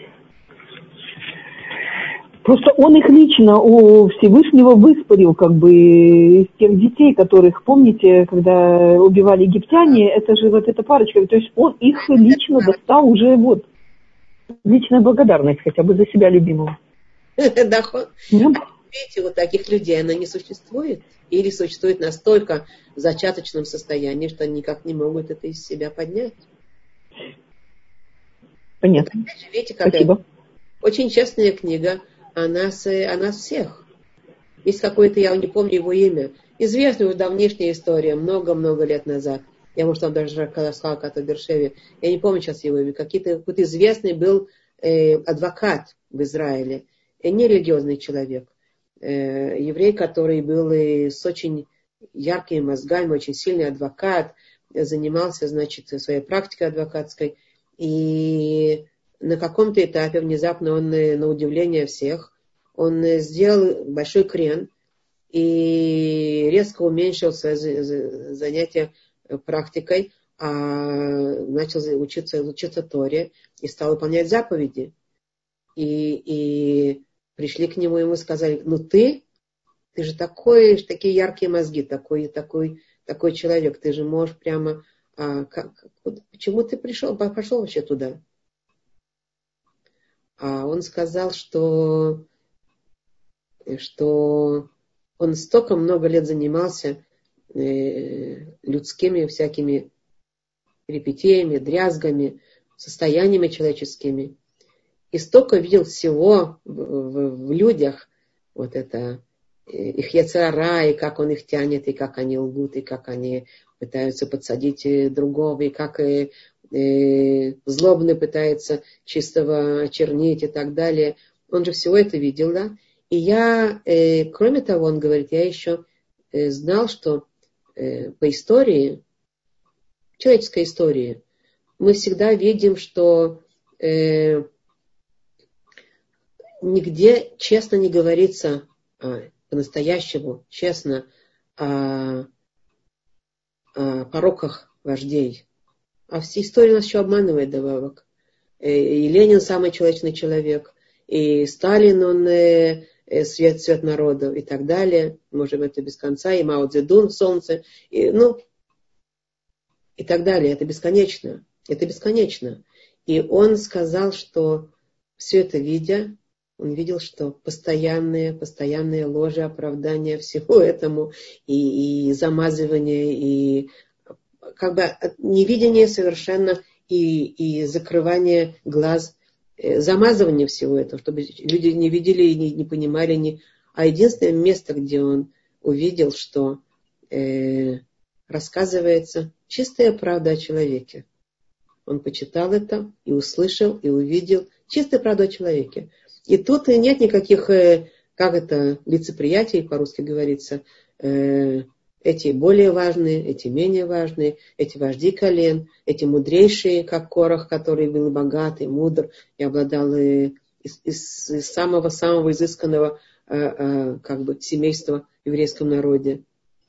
Просто он их лично у Всевышнего выспорил, как бы, из тех детей, которых, помните, когда убивали египтяне, это же вот эта парочка, то есть он их лично достал уже вот. Личная благодарность хотя бы за себя любимого. Да, видите, вот таких людей она не существует. Или существует настолько в зачаточном состоянии, что они никак не могут это из себя поднять. Понятно. Вот, же, видите, какая очень честная книга о нас, о нас всех. Есть какой-то, я не помню его имя, известная уже давнишняя история, много-много лет назад. Я, может, вам даже рассказала как-то в Бершеве. Я не помню сейчас его имя. Какие-то, какой-то известный был э, адвокат в Израиле. нерелигиозный человек. Еврей, который был с очень яркими мозгами, очень сильный адвокат, занимался, значит, своей практикой адвокатской. И на каком-то этапе внезапно он, на удивление всех, он сделал большой крен и резко уменьшил свои занятия практикой, а начал учиться, учиться Торе и стал выполнять заповеди. И, и пришли к нему, ему сказали: ну ты, ты же такой, такие яркие мозги, такой, такой, такой человек, ты же можешь прямо, а, как, почему ты пришел, пошел вообще туда? А он сказал, что, что он столько много лет занимался э, людскими всякими перипетиями, дрязгами, состояниями человеческими, и столько видел всего в, в, в людях, вот это, их яцер ара, и как он их тянет, и как они лгут, и как они пытаются подсадить другого, и как э, э, злобный пытается чистого очернить и так далее. Он же всего это видел, да? И я, э, кроме того, он говорит, я еще э, знал, что э, по истории, человеческой истории, мы всегда видим, что э, нигде честно не говорится, а, по-настоящему, честно, о, о пороках вождей. А вся история нас еще обманывает добавок. И Ленин самый человечный человек, и Сталин, он э, свет, свет народа, и так далее. Можем это без конца, и Мао Цзэдун, солнце, и, ну, и так далее. Это бесконечно. Это бесконечно. И он сказал, что все это видя, он видел, что постоянные, постоянные ложи, оправдания всего этому, и, и замазывание, и как бы невидение совершенно, и, и закрывание глаз, замазывание всего этого, чтобы люди не видели и не, не понимали. Не... А единственное место, где он увидел, что э, рассказывается чистая правда о человеке. Он почитал это и услышал, и увидел чистая правда о человеке. И тут нет никаких, как это, лицеприятий, по-русски говорится, эти более важные, эти менее важные, эти вожди колен, эти мудрейшие, как Корах, который был богатый, мудр и обладал из, из, из самого-самого изысканного как бы семейства в еврейском народе.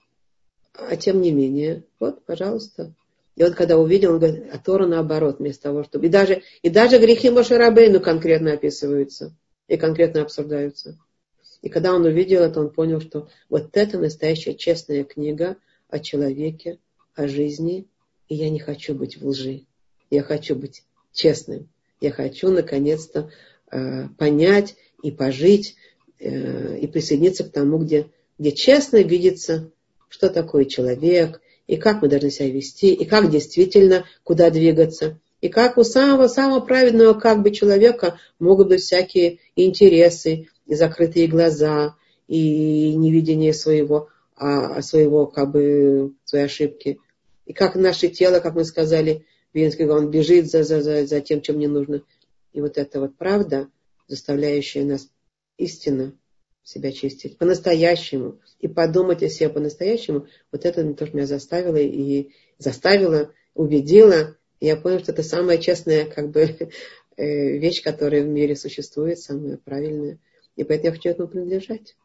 А тем не менее, вот, пожалуйста. И он, когда увидел, он говорит, а Тора наоборот, вместо того, чтобы... И даже, и даже грехи Моше Рабейну конкретно описываются и конкретно обсуждаются. И когда он увидел это, он понял, что вот это настоящая честная книга о человеке, о жизни, и я не хочу быть в лжи. Я хочу быть честным. Я хочу, наконец-то, э, понять и пожить, э, и присоединиться к тому, где, где честно видится, что такое человек, и как мы должны себя вести, и как действительно, куда двигаться. И как у самого-самого праведного как бы человека могут быть всякие интересы, и закрытые глаза, и невидение своего, а, своего как бы, своей ошибки. И как наше тело, как мы сказали, он бежит за, за, за, за тем, чем не нужно. И вот эта вот правда, заставляющая нас истинно себя чистить, по-настоящему, и подумать о себе по-настоящему, вот это то, что меня заставило, и заставило, убедило. И я понял, что это самая честная как бы, вещь, которая в мире существует, самая правильная. И поэтому я хочу этому принадлежать.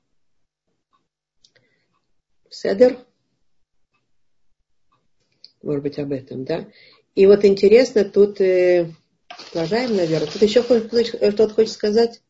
Седер? Может быть, об этом, да? И вот интересно, тут э, продолжаем, наверное. Тут еще кто-то хочет сказать?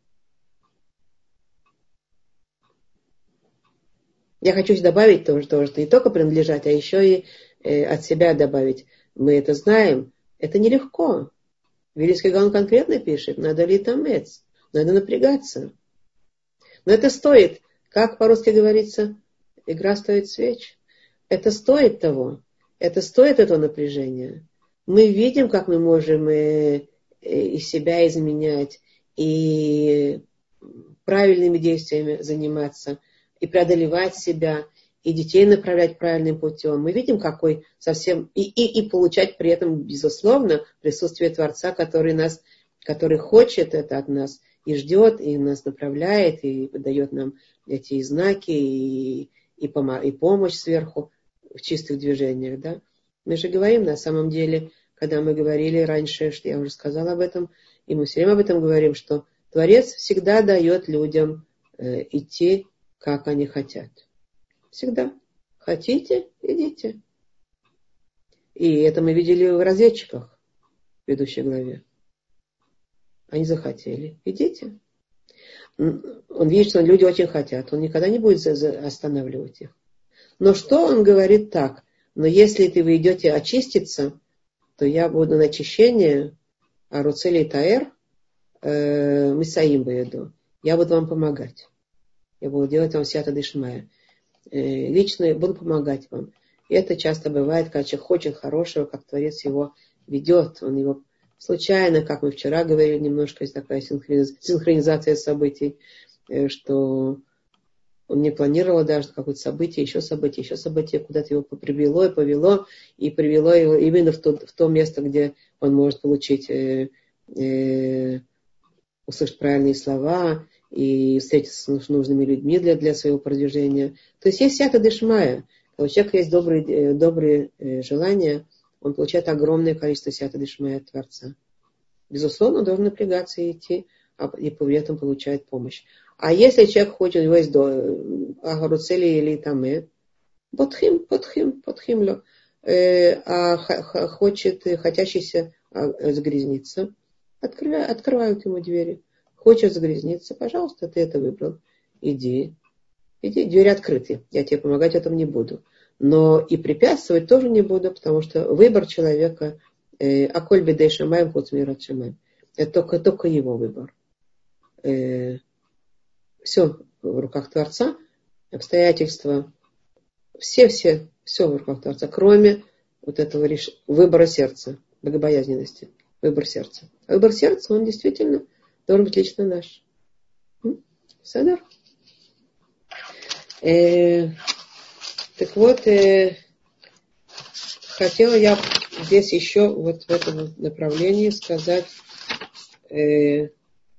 Я хочу добавить тоже, тоже, что не только принадлежать, а еще и э, от себя добавить. Мы это знаем. Это нелегко. Вилийский Гаон конкретно пишет, надо ли тамец, надо напрягаться. Но это стоит, как по-русски говорится, игра стоит свеч. Это стоит того. Это стоит этого напряжения. Мы видим, как мы можем э, э, и себя изменять, и правильными действиями заниматься, и преодолевать себя, и детей направлять правильным путем. Мы видим, какой совсем... И, и, и получать при этом, безусловно, присутствие Творца, который, нас, который хочет это от нас, и ждет, и нас направляет, и дает нам эти знаки, и, и, помо- и помощь сверху в чистых движениях. Да? Мы же говорим, на самом деле, когда мы говорили раньше, что я уже сказала об этом, и мы все время об этом говорим, что Творец всегда дает людям э, идти, как они хотят. Всегда. Хотите, идите. И это мы видели в разведчиках в предыдущей главе. Они захотели. Идите. Он видит, что люди очень хотят. Он никогда не будет останавливать их. Но что он говорит так? Но если ты вы идете очиститься, то я буду на очищение, а Руцели и Таэр, э, Мисаим Баеду, я буду вам помогать. Я буду делать вам сията дешмая. Э, лично буду помогать вам. И это часто бывает, когда человек хочет хорошего, как Творец его ведет. Он его случайно, как мы вчера говорили, немножко есть такая синхронизация событий, э, что он не планировал даже какое-то событие, еще событие, еще событие, куда-то его привело и повело, и привело его именно в то, в то место, где он может получить, э, э, услышать правильные слова и встретиться с нужными людьми для, для своего продвижения. То есть есть сията дешмая. Когда у человека есть добрые, добрые желания, он получает огромное количество сията дешмая от Творца. Безусловно, он должен напрягаться и идти, и при этом получает помощь. А если человек хочет, у него есть агаруцели или тамэ, подхим, подхим, подхим, а хочет, хотящийся загрязниться, открывают, открывают ему двери. Хочешь загрязниться, пожалуйста, ты это выбрал. Иди. Иди, двери открыты. Я тебе помогать в этом не буду. Но и препятствовать тоже не буду, потому что выбор человека, аколь бедей шамаем, хут мират шамаем. Это только, только его выбор. Э, все в руках Творца, обстоятельства, все-все, все в руках Творца, кроме вот этого реш... выбора сердца, богобоязненности, выбор сердца. А выбор сердца, он действительно должен быть лично наш. Садар. Э, так вот, э, хотела я здесь еще вот в этом направлении сказать, э,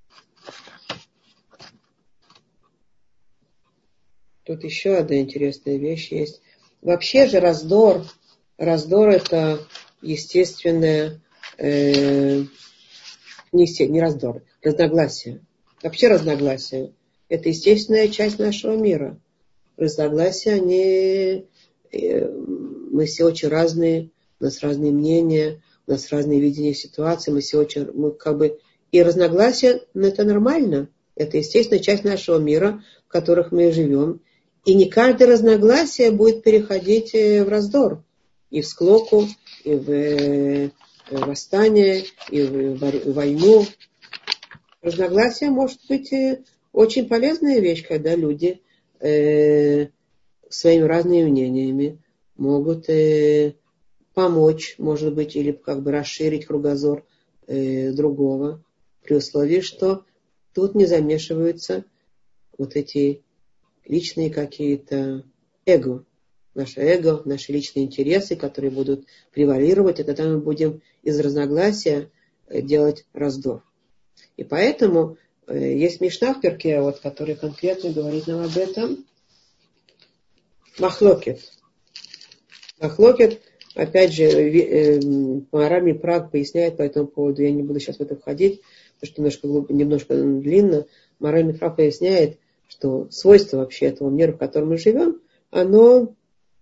тут еще одна интересная вещь есть. Вообще же раздор, раздор это естественное, э, не, не раздор, разногласие. Вообще разногласие это естественная часть нашего мира. Разногласия, они, э, мы все очень разные, у нас разные мнения, у нас разные видения ситуации, мы все очень, мы как бы, и разногласия, ну, это нормально, это естественная часть нашего мира, в которых мы живем. И не каждое разногласие будет переходить в раздор. И в склоку, и в восстание, и в войну. Разногласие может быть очень полезная вещь, когда люди э, своими разными мнениями могут э, помочь, может быть, или как бы расширить кругозор э, другого, при условии, что тут не замешиваются вот эти личные какие-то эго, наше эго, наши личные интересы, которые будут превалировать, и тогда мы будем из разногласия делать раздор. И поэтому э, есть Мишна в Перке, вот, который конкретно говорит нам об этом. Махлокет. Махлокет, опять же, э, Маораль Мипраг поясняет по этому поводу, я не буду сейчас в это входить, потому что немножко, немножко длинно. Маораль Мипраг поясняет, что свойство вообще этого мира, в котором мы живем, оно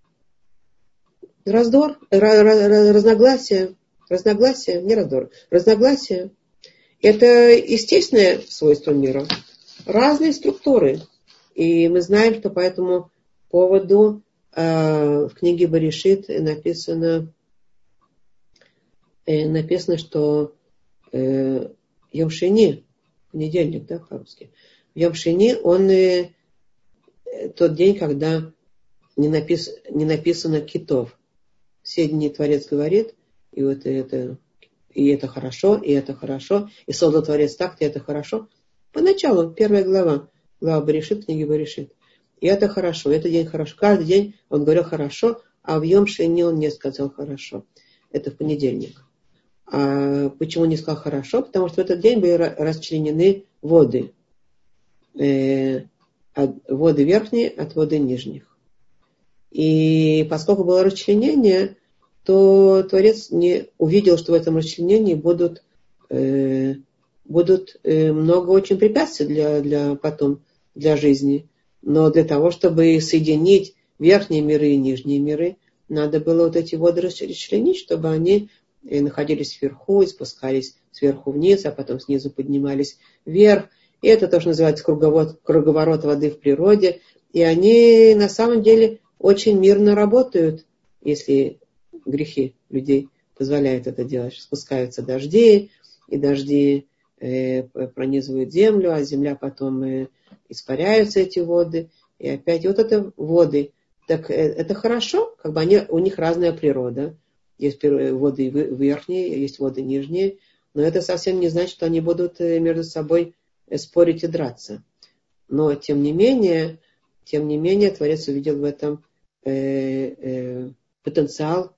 раздор, разногласие, разногласие, не раздор, разногласие. Это естественное свойство мира. Разные структуры. И мы знаем, что по этому поводу э, в книге Берешит написано, э, написано, что э, Йом Шени, понедельник, да, по-русски, Йом Шени, он э, тот день, когда не, напис, не написано китов. Все дни Творец говорит, и вот это, и это хорошо, и это хорошо, и создал Творец так-то, и это хорошо. Поначалу, первая глава, глава Берешит, книги Берешит. И это хорошо, это день хорошо. Каждый день он говорил хорошо, а в Йом Шени он не сказал хорошо. Это в понедельник. А почему не сказал хорошо? Потому что в этот день были расчленены воды. Э, от, воды верхние от воды нижних. И поскольку было расчленение, то Творец не увидел, что в этом расчленении будут, э, будут э, много очень препятствий для, для потом, для жизни. Но для того, чтобы соединить верхние миры и нижние миры, надо было вот эти воды расчленить, чтобы они находились вверху и спускались сверху вниз, а потом снизу поднимались вверх. И это тоже называется круговорот, круговорот воды в природе. И они на самом деле очень мирно работают, если грехи людей позволяют это делать. Спускаются дожди, и дожди э, пронизывают землю, а земля потом э, испаряются эти воды. И опять вот это воды. Так э, это хорошо, как бы они, у них разная природа. Есть воды верхние, есть воды нижние. Но это совсем не значит, что они будут между собой спорить и драться. Но тем не менее, тем не менее, Творец увидел в этом э, э, потенциал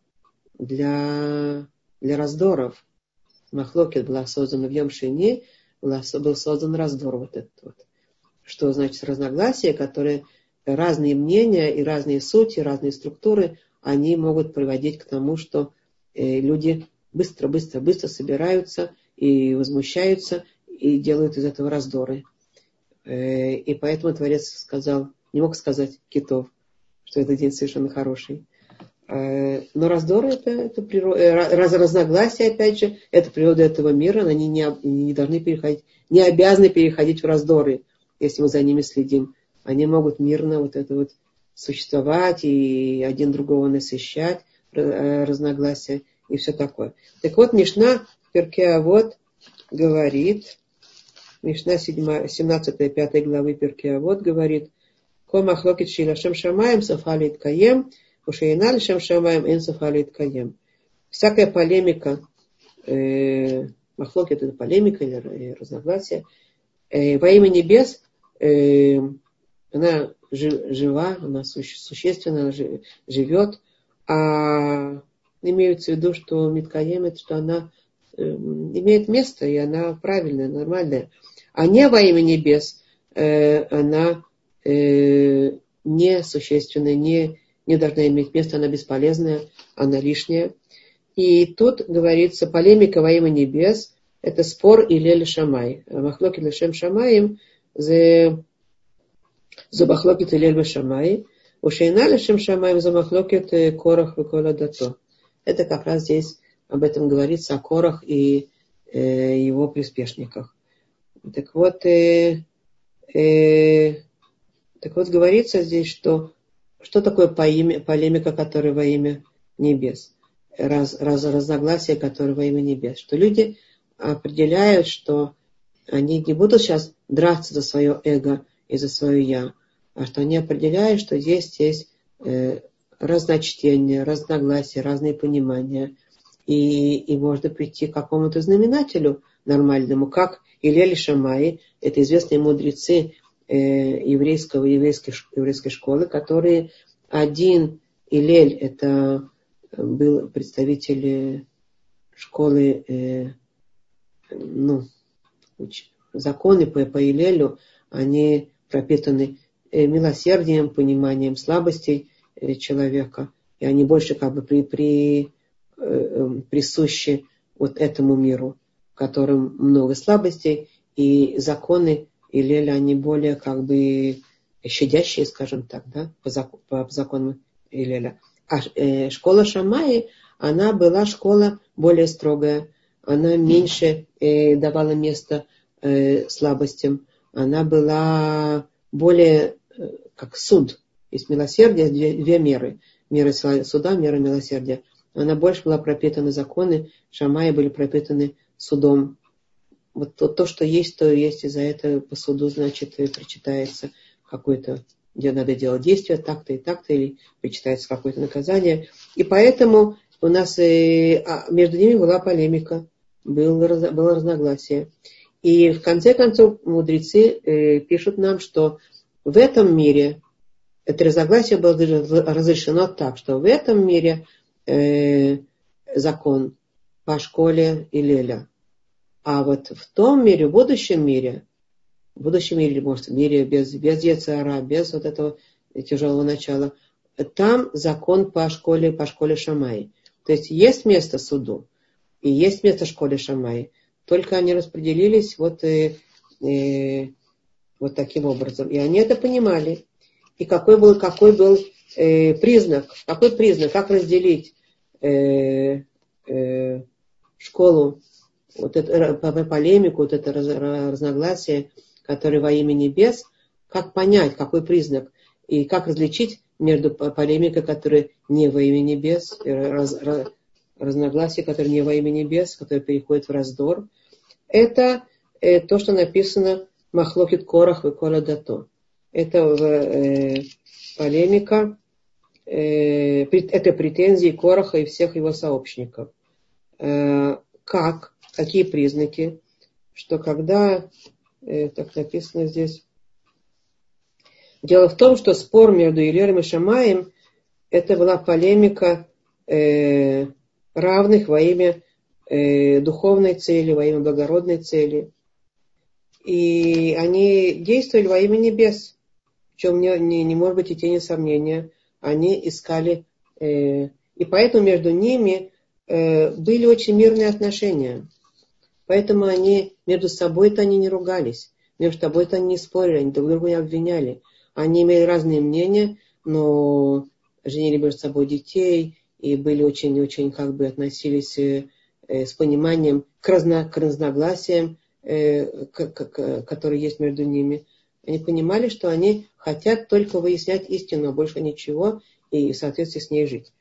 для, для раздоров. Махлокет была создана в Йом Шини, был создан раздор вот этот вот. Что значит разногласия, которые разные мнения и разные сути, разные структуры, они могут приводить к тому, что э, люди быстро, быстро, быстро собираются и возмущаются и делают из этого раздоры. Э, и поэтому Творец сказал, не мог сказать Китов, что этот день совершенно хороший. Э, но раздоры это, это природа, раз, разногласия, опять же, это природа этого мира, они не, не должны переходить, не обязаны переходить в раздоры, если мы за ними следим. Они могут мирно вот это вот существовать и один другого насыщать, разногласия и все такое. Так вот, Мишна Перкей Авот говорит, Мишна семнадцатая пятая главы Перкей Авот говорит, Ко махлокет ши лашем шамаем софа литкаем, ушейна лашем шамаем эн софа литкаем. Всякая полемика, э, махлокет это полемика или разногласия, э, во имя небес, э, она жива, она существенно она живет, а имеется в виду, что Миткаем это, что она э, имеет место, и она правильная, нормальная. А не во имя небес э, она э, не существенная, не, не должна иметь места, она бесполезная, она лишняя. И тут говорится, полемика во имя небес, это спор Илель Шамай. Махлокет лешем Шамаим за Махлокет Илель Шамай. Ушейна лешем Шамаим за Махлокет Корах и Кола Дато. Это как раз здесь об этом говорится, о Корах и э, его приспешниках. Так вот, э, э, так вот говорится здесь, что что такое полемика, которая во имя небес, раз, раз, разногласия, которые во имя небес, что люди определяют, что они не будут сейчас драться за свое эго и за свое я, а что они определяют, что здесь есть э, разночтения, разногласия, разные понимания, и, и можно прийти к какому-то знаменателю нормальному, как Илель Шамай, это известные мудрецы э, еврейского, еврейской, еврейской школы, которые один Илель, это был представитель школы, э, ну, законы по, по Илелю, они пропитаны э, милосердием, пониманием слабостей э, человека, и они больше как бы при, при, э, присущи вот этому миру, в котором много слабостей, и законы Илеля, они более как бы щадящие, скажем так, да, по, закон, по, по законам Илеля. А э, школа Шамаи, она была школа более строгая, она меньше э, давала место э, слабостям, она была более э, как суд. Есть милосердие, две, две меры. Мера суда, мера милосердия. Она больше была пропитана законы, Шамаи были пропитаны судом. Вот то, то, что есть, то есть, и за это по суду, значит, причитается какое-то, где надо делать действия, так-то и так-то, или причитается какое-то наказание. И поэтому у нас э, между ними была полемика, было, было разногласие. И в конце концов мудрецы э, пишут нам, что в этом мире это разногласие было разрешено так, что в этом мире э, закон по школе Илеля. А вот в том мире, в будущем мире, в будущем мире, может, в мире без, без Йецер ха-ра, без вот этого тяжелого начала, там закон по школе, по школе Шамай. То есть есть место суду и есть место школе Шамай. Только они распределились вот, э, э, вот таким образом. И они это понимали. И какой был, какой был э, признак, какой признак, как разделить э, э, школу, вот это, полемику, вот это разногласие, которое во имя небес, как понять, какой признак, и как различить между полемикой, которая не во имя небес, раз, раз, разногласие, которое не во имя небес, которое переходит в раздор. Это э, то, что написано Махлокит Корах и Кола Дато. Это э, полемика, э, это претензии Кораха и всех его сообщников. Э, как, какие признаки, что когда, э, так написано здесь, дело в том, что спор между Илером и Шамаем, это была полемика э, равных во имя э, духовной цели, во имя благородной цели. И они действовали во имя небес, в чем не, не, не может быть и тени сомнения. Они искали, э, и поэтому между ними э, были очень мирные отношения. Поэтому они между собой-то они не ругались, между собой-то они не спорили, они друг друга не обвиняли. Они имели разные мнения, но женили между собой детей и были очень-очень, как бы, относились э, с пониманием к, разно, к разногласиям, э, к, к, которые есть между ними. Они понимали, что они хотят только выяснять истину, а больше ничего, и в соответствии с ней жить.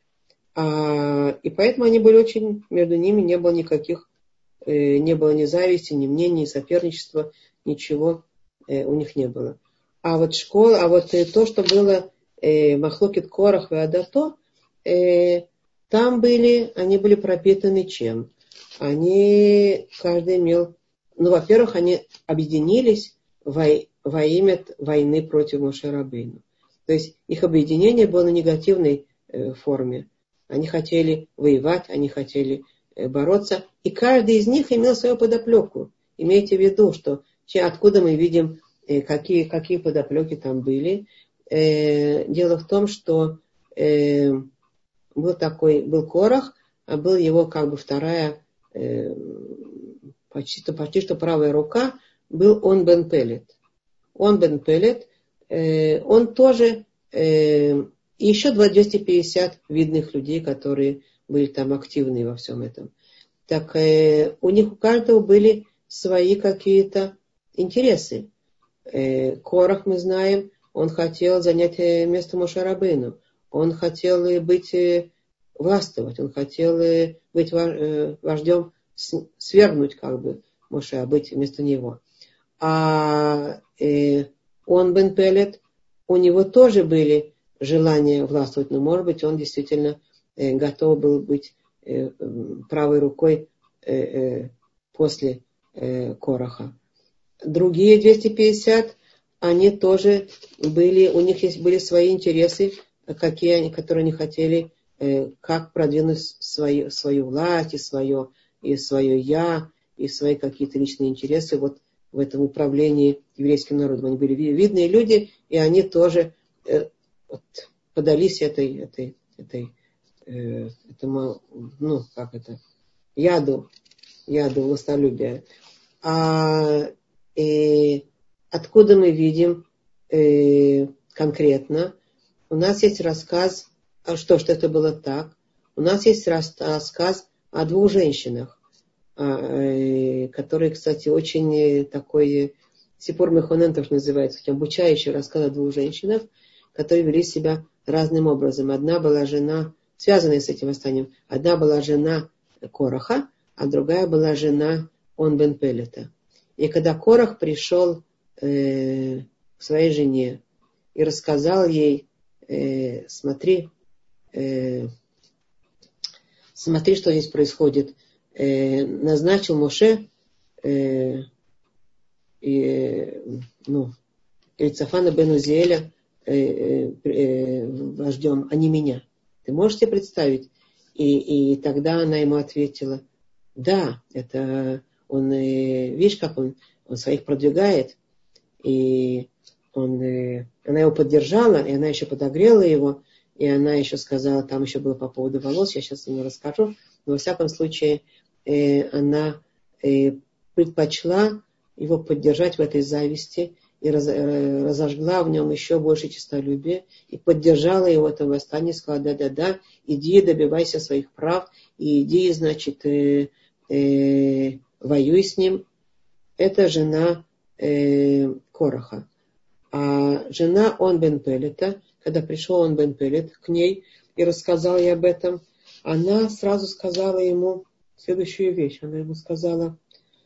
А, и поэтому они были очень, между ними не было никаких, э, не было ни зависти, ни мнений, ни соперничества, ничего э, у них не было. А вот школа, а вот э, то, что было э, Махлокит Корах и Адато, э, там были, они были пропитаны чем? Они, каждый имел, ну, во-первых, они объединились во, во имя войны против Моше Рабейну. То есть их объединение было на негативной э, форме. Они хотели воевать, они хотели э, бороться, и каждый из них имел свою подоплеку. Имейте в виду, что откуда мы видим, э, какие, какие подоплеки там были. Э, дело в том, что э, был такой, был Корах, а был его как бы вторая, э, почти, почти что правая рука, был Он бен Пелет. Он бен Пелет, э, он тоже, э, и еще двести пятьдесят видных людей, которые были там активны во всем этом. Так э, у них у каждого были свои какие-то интересы. Э, Корах, мы знаем, он хотел занять место Моше Рабейну. Он хотел быть, властвовать, он хотел быть вождем, свергнуть как бы Моше, а быть вместо него. А э, он бен Пелет, у него тоже были желания властвовать, но, может быть, он действительно э, готов был быть э, правой рукой э, э, после э, Кораха. Другие двести пятьдесят, они тоже были, у них есть, были свои интересы, какие они, которые они хотели, э, как продвинуть свою, свою власть, и свое, и свое я, и свои какие-то личные интересы вот в этом управлении еврейским народом. Они были видные люди, и они тоже э, вот, подались этой, этой, этой э, этому, ну, как это, яду, яду властолюбия. А э, откуда мы видим э, конкретно? У нас есть рассказ, а что, что это было так. У нас есть рассказ о двух женщинах, который, кстати, очень такой Сипур Мехонен тоже называется, обучающий рассказ о двух женщинах, которые вели себя разным образом. Одна была жена, связанная с этим восстанием, одна была жена Кораха, а другая была жена Он бен Пелета. И когда Корах пришел э, к своей жене и рассказал ей, э, смотри, э, смотри, что здесь происходит, э, назначил Моше э, э, ну, Элицафана бен Узиэля э, э, э, вождем, а не меня. Ты можешь себе представить? И, и тогда она ему ответила, да, это он, э, видишь, как он, он своих продвигает. И он, она его поддержала, и она еще подогрела его, и она еще сказала, там еще было по поводу волос, я сейчас ему расскажу, но во всяком случае она предпочла его поддержать в этой зависти и разожгла в нем еще больше честолюбия и поддержала его в этом восстании, сказала, да-да-да, иди, добивайся своих прав, и иди, значит, э, э, воюй с ним. Это жена э, Кораха. А жена Он бен Пелета, когда пришел Он бен Пелет к ней и рассказал ей об этом, она сразу сказала ему следующую вещь. Она ему сказала,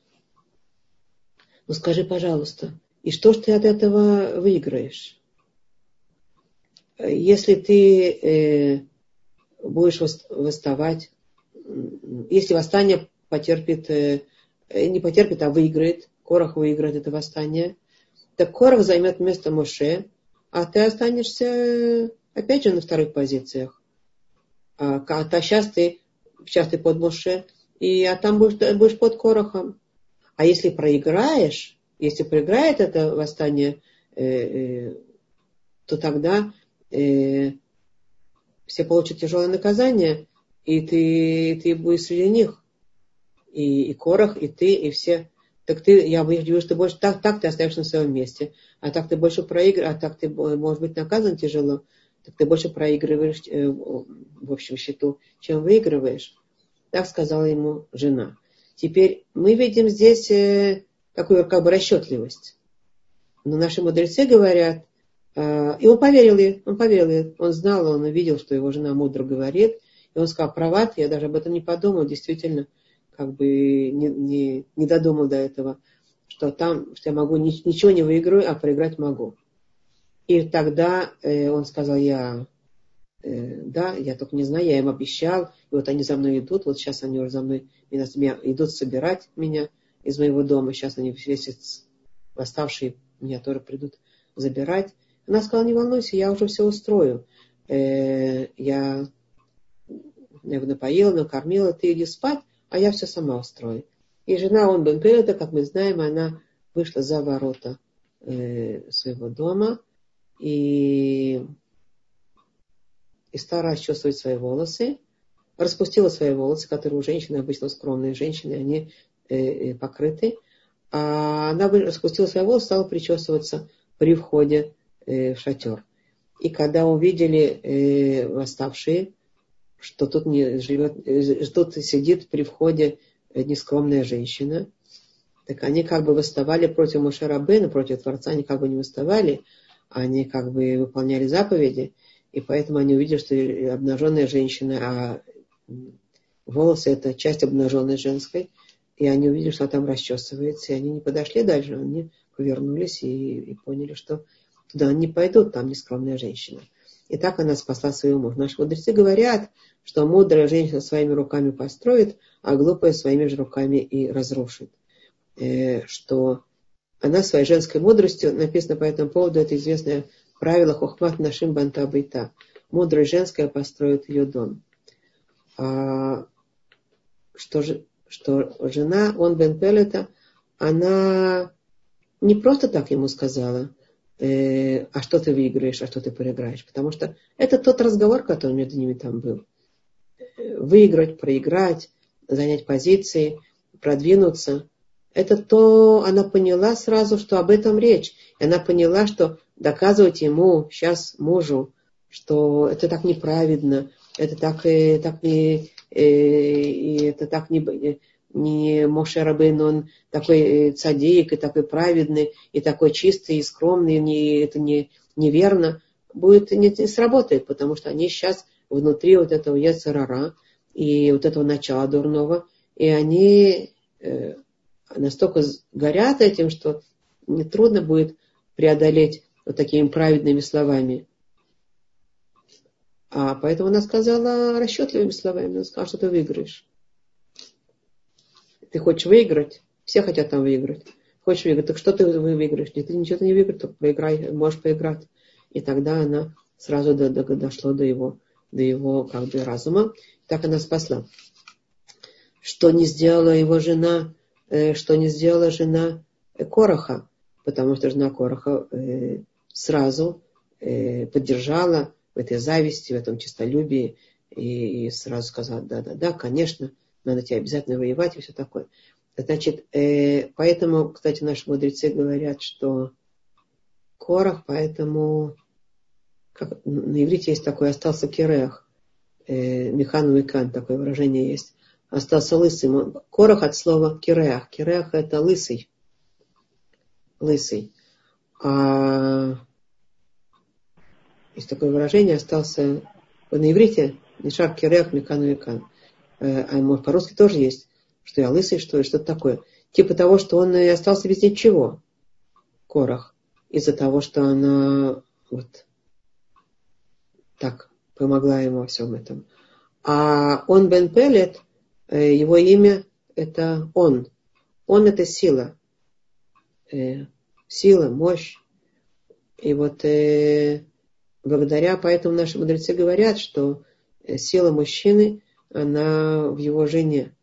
ну скажи, пожалуйста, и что ж ты от этого выиграешь? Если ты э, будешь восставать, если восстание потерпит, э, не потерпит, а выиграет, Корах выиграет это восстание, так Корах займет место Моше, а ты останешься опять же на вторых позициях. А, а сейчас ты, сейчас ты под Моше, и, а там будешь, будешь под Корахом. А если проиграешь, если проиграет это восстание, э, э, то тогда э, все получат тяжелое наказание, и ты, ты будешь среди них. И, и Корах, и ты, и все. Так ты, я вижу, что больше так, так ты остаешься на своем месте, а так ты больше проигрываешь, а так ты, может быть, наказан тяжело, так ты больше проигрываешь э, в общем счету, чем выигрываешь. Так сказала ему жена. Теперь мы видим здесь э, такую как бы расчетливость. Но наши мудрецы говорят, э, и он поверил ей, он поверил ей, он знал, он видел, что его жена мудро говорит, и он сказал, права ты, я даже об этом не подумал, действительно, как бы не, не, не додумал до этого, что там, что я могу, ничего не выиграю, а проиграть могу. И тогда э, он сказал, я, э, да, я только не знаю, я им обещал, и вот они за мной идут, вот сейчас они уже за мной меня, меня идут собирать меня из моего дома, сейчас они все восставшие меня тоже придут забирать. Она сказала, не волнуйся, я уже все устрою. Э, я, я его напоила, накормила, ты иди спать, а я все сама устрою. И жена Он бен Пелета, как мы знаем, она вышла за ворота э, своего дома и, и стала расчесывать свои волосы, распустила свои волосы, которые у женщины, обычно скромные женщины, они э, э, покрыты. А она распустила свои волосы, стала причесываться при входе э, в шатер. И когда увидели э, восставшие, что тут не живет, тут сидит при входе нескромная женщина, так они как бы восставали против Моше Рабейну, против Творца, они как бы не восставали, они как бы выполняли заповеди, и поэтому они увидели, что обнаженная женщина, а волосы это часть обнаженной женской, и они увидели, что она там расчесывается, и они не подошли дальше, они повернулись и, и поняли, что туда они не пойдут, там нескромная женщина. И так она спасла своего мужа. Наши мудрецы говорят, что мудрая женщина своими руками построит, а глупая своими же руками и разрушит. Э, что она своей женской мудростью, написано по этому поводу, это известное правило хохмат нашим банта байта. Мудрая женская построит ее дом. А, что, же, что жена Он бен Пелета, она не просто так ему сказала, э, а что ты выиграешь, а что ты проиграешь. Потому что это тот разговор, который между ними там был. Выиграть, проиграть, занять позиции, продвинуться. Это то, она поняла сразу, что об этом речь. И она поняла, что доказывать ему, сейчас мужу, что это так неправедно, это так, э, так не, э, это так не, не Моше Рабейну, он такой цадик, и такой праведный, и такой чистый, и скромный, не, это не, неверно, будет, не, не сработает, потому что они сейчас внутри вот этого йецер ара и вот этого начала дурного, и они э, настолько горят этим, что нетрудно будет преодолеть вот такими праведными словами. А поэтому она сказала расчетливыми словами, она сказала, что ты выиграешь. Ты хочешь выиграть? Все хотят там выиграть. Хочешь выиграть? Так что ты выиграешь? Нет, ты ничего не выиграешь, только проиграй, можешь поиграть. И тогда она сразу до, до, дошло до его, до его как бы разума. Так она спасла. Что не сделала его жена, э, что не сделала жена Кораха. потому что жена Кораха э, сразу э, поддержала в этой зависти, в этом честолюбии, и, и сразу сказала, да-да-да, конечно, надо тебе обязательно воевать и все такое. Значит, э, поэтому, кстати, наши мудрецы говорят, что Корах, поэтому, как, на иврите есть такое, остался кирех, э, механ векан, такое выражение есть, остался лысым. Корах от слова кирех. Кирех это лысый. Лысый. А есть такое выражение, остался на иврите, нишар кирех механ векан. Э, а может по-русски тоже есть, что я лысый, что ли, что-то такое. Типа того, что он и остался без ничего. Корах. Из-за того, что она вот так помогла ему во всем этом. А он бен Пелет, его имя это он. Он это сила. Сила, мощь. И вот э, благодаря, поэтому наши мудрецы говорят, что сила мужчины, она в его жене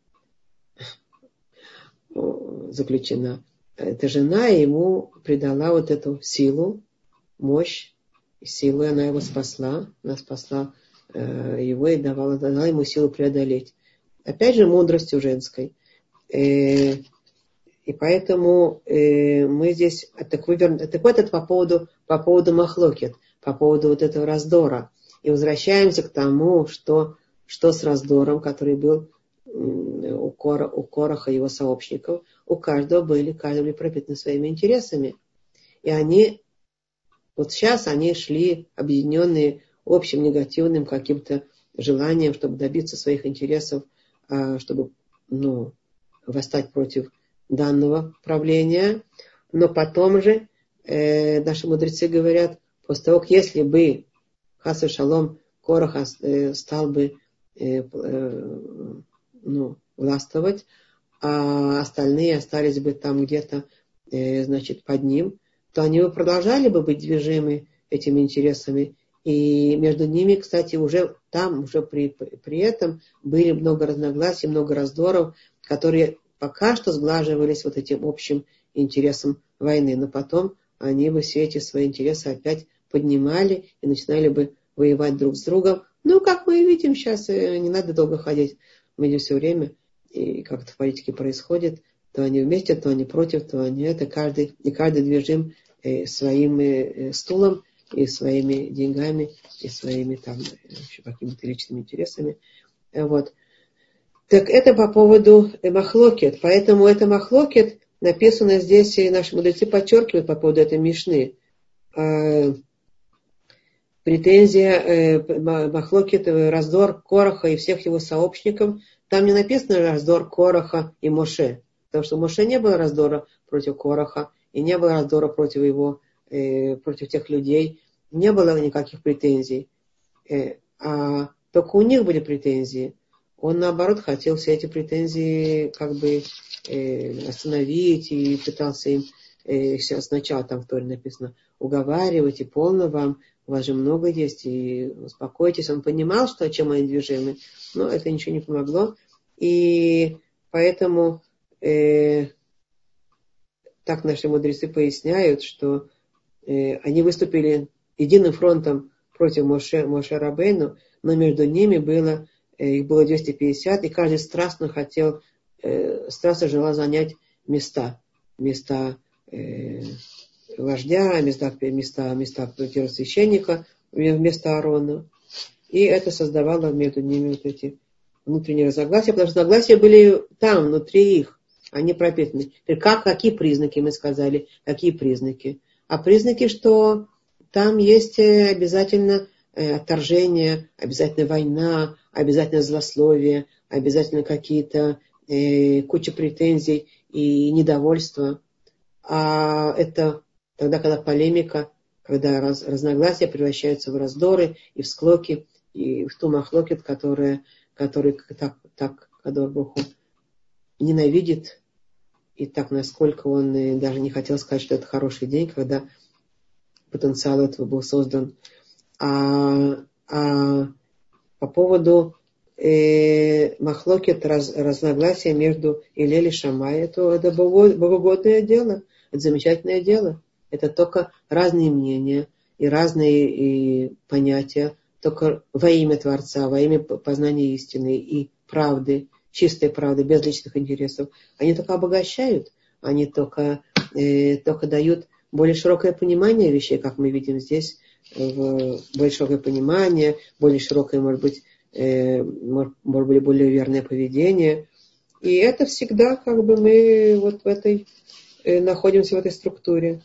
заключена. Эта жена ему придала вот эту силу, мощь, силу, она его спасла, она спасла э, его и давала, дала ему силу преодолеть. Опять же, мудростью женской. Э, и поэтому э, мы здесь, так, вывер... так вот это по поводу, по поводу махлокет, по поводу вот этого раздора. И возвращаемся к тому, что, что с раздором, который был у, Кора, у Кораха и его сообщников. У каждого были, каждый были пропитаны своими интересами. И они, вот сейчас они шли объединенные общим негативным каким-то желанием, чтобы добиться своих интересов, чтобы, ну, восстать против данного правления. Но потом же э, наши мудрецы говорят, после того, как если бы хас вешалом Корах э, стал бы э, э, ну, властвовать, а остальные остались бы там где-то, э, значит, под ним, то они бы продолжали бы быть движимы этими интересами. И между ними, кстати, уже там, уже при, при этом были много разногласий, много раздоров, которые пока что сглаживались вот этим общим интересом войны. Но потом они бы все эти свои интересы опять поднимали и начинали бы воевать друг с другом. Ну, как мы видим сейчас, не надо долго ходить. Мы видим все время, и как это в политике происходит, то они вместе, то они против, то они это, каждый, и каждый движим э, своим э, стулом, и своими деньгами, и своими там еще какими-то личными интересами. Вот. Так это по поводу махлокет. Поэтому это махлокет написано здесь, и наши мудрецы подчеркивают по поводу этой мишны. Э, претензия, э, махлокет, раздор Кораха и всех его сообщников. Там не написано раздор Кораха и Моше. Потому что у Моше не было раздора против Кораха, и не было раздора против его, э, против тех людей. Не было никаких претензий. Э, а только у них были претензии. Он, наоборот, хотел все эти претензии как бы э, остановить и пытался им э, все сначала, там в Торе написано, уговаривать, и полно вам, у вас же много есть, и успокойтесь. Он понимал, что, чем они движимы, но это ничего не помогло. И поэтому э, так наши мудрецы поясняют, что э, они выступили единым фронтом против Моше, Моше Рабейну, но между ними было их было двести пятьдесят, и каждый страстно хотел, э, страстно желал занять места, места э, вождя, места, места, места первосвященника, вместо Аарона. И это создавало между ними вот эти внутренние разногласия, потому что разногласия были там, внутри их, они пропитаны. Как, какие признаки, мы сказали, какие признаки? А признаки, что там есть обязательно отторжение, обязательно война, обязательно злословие, обязательно какие-то э, куча претензий и недовольства. А это тогда, когда полемика, когда раз, разногласия превращаются в раздоры и в склоки, и в ту махлокет, которая, который так, так Кадош Барух Ху ненавидит, и так, насколько он э, даже не хотел сказать, что это хороший день, когда потенциал этого был создан. А, а по поводу э, махлокет, раз, разногласия между Илель и Шамай, это, это богоугодное дело. Это замечательное дело. Это только разные мнения и разные и понятия, только во имя Творца, во имя познания истины и правды, чистой правды, без личных интересов. Они только обогащают, они только, э, только дают более широкое понимание вещей, как мы видим здесь, в более широкое понимание, более широкое, может быть, э, может, может быть, более верное поведение. И это всегда, как бы, мы вот в этой, э, находимся в этой структуре.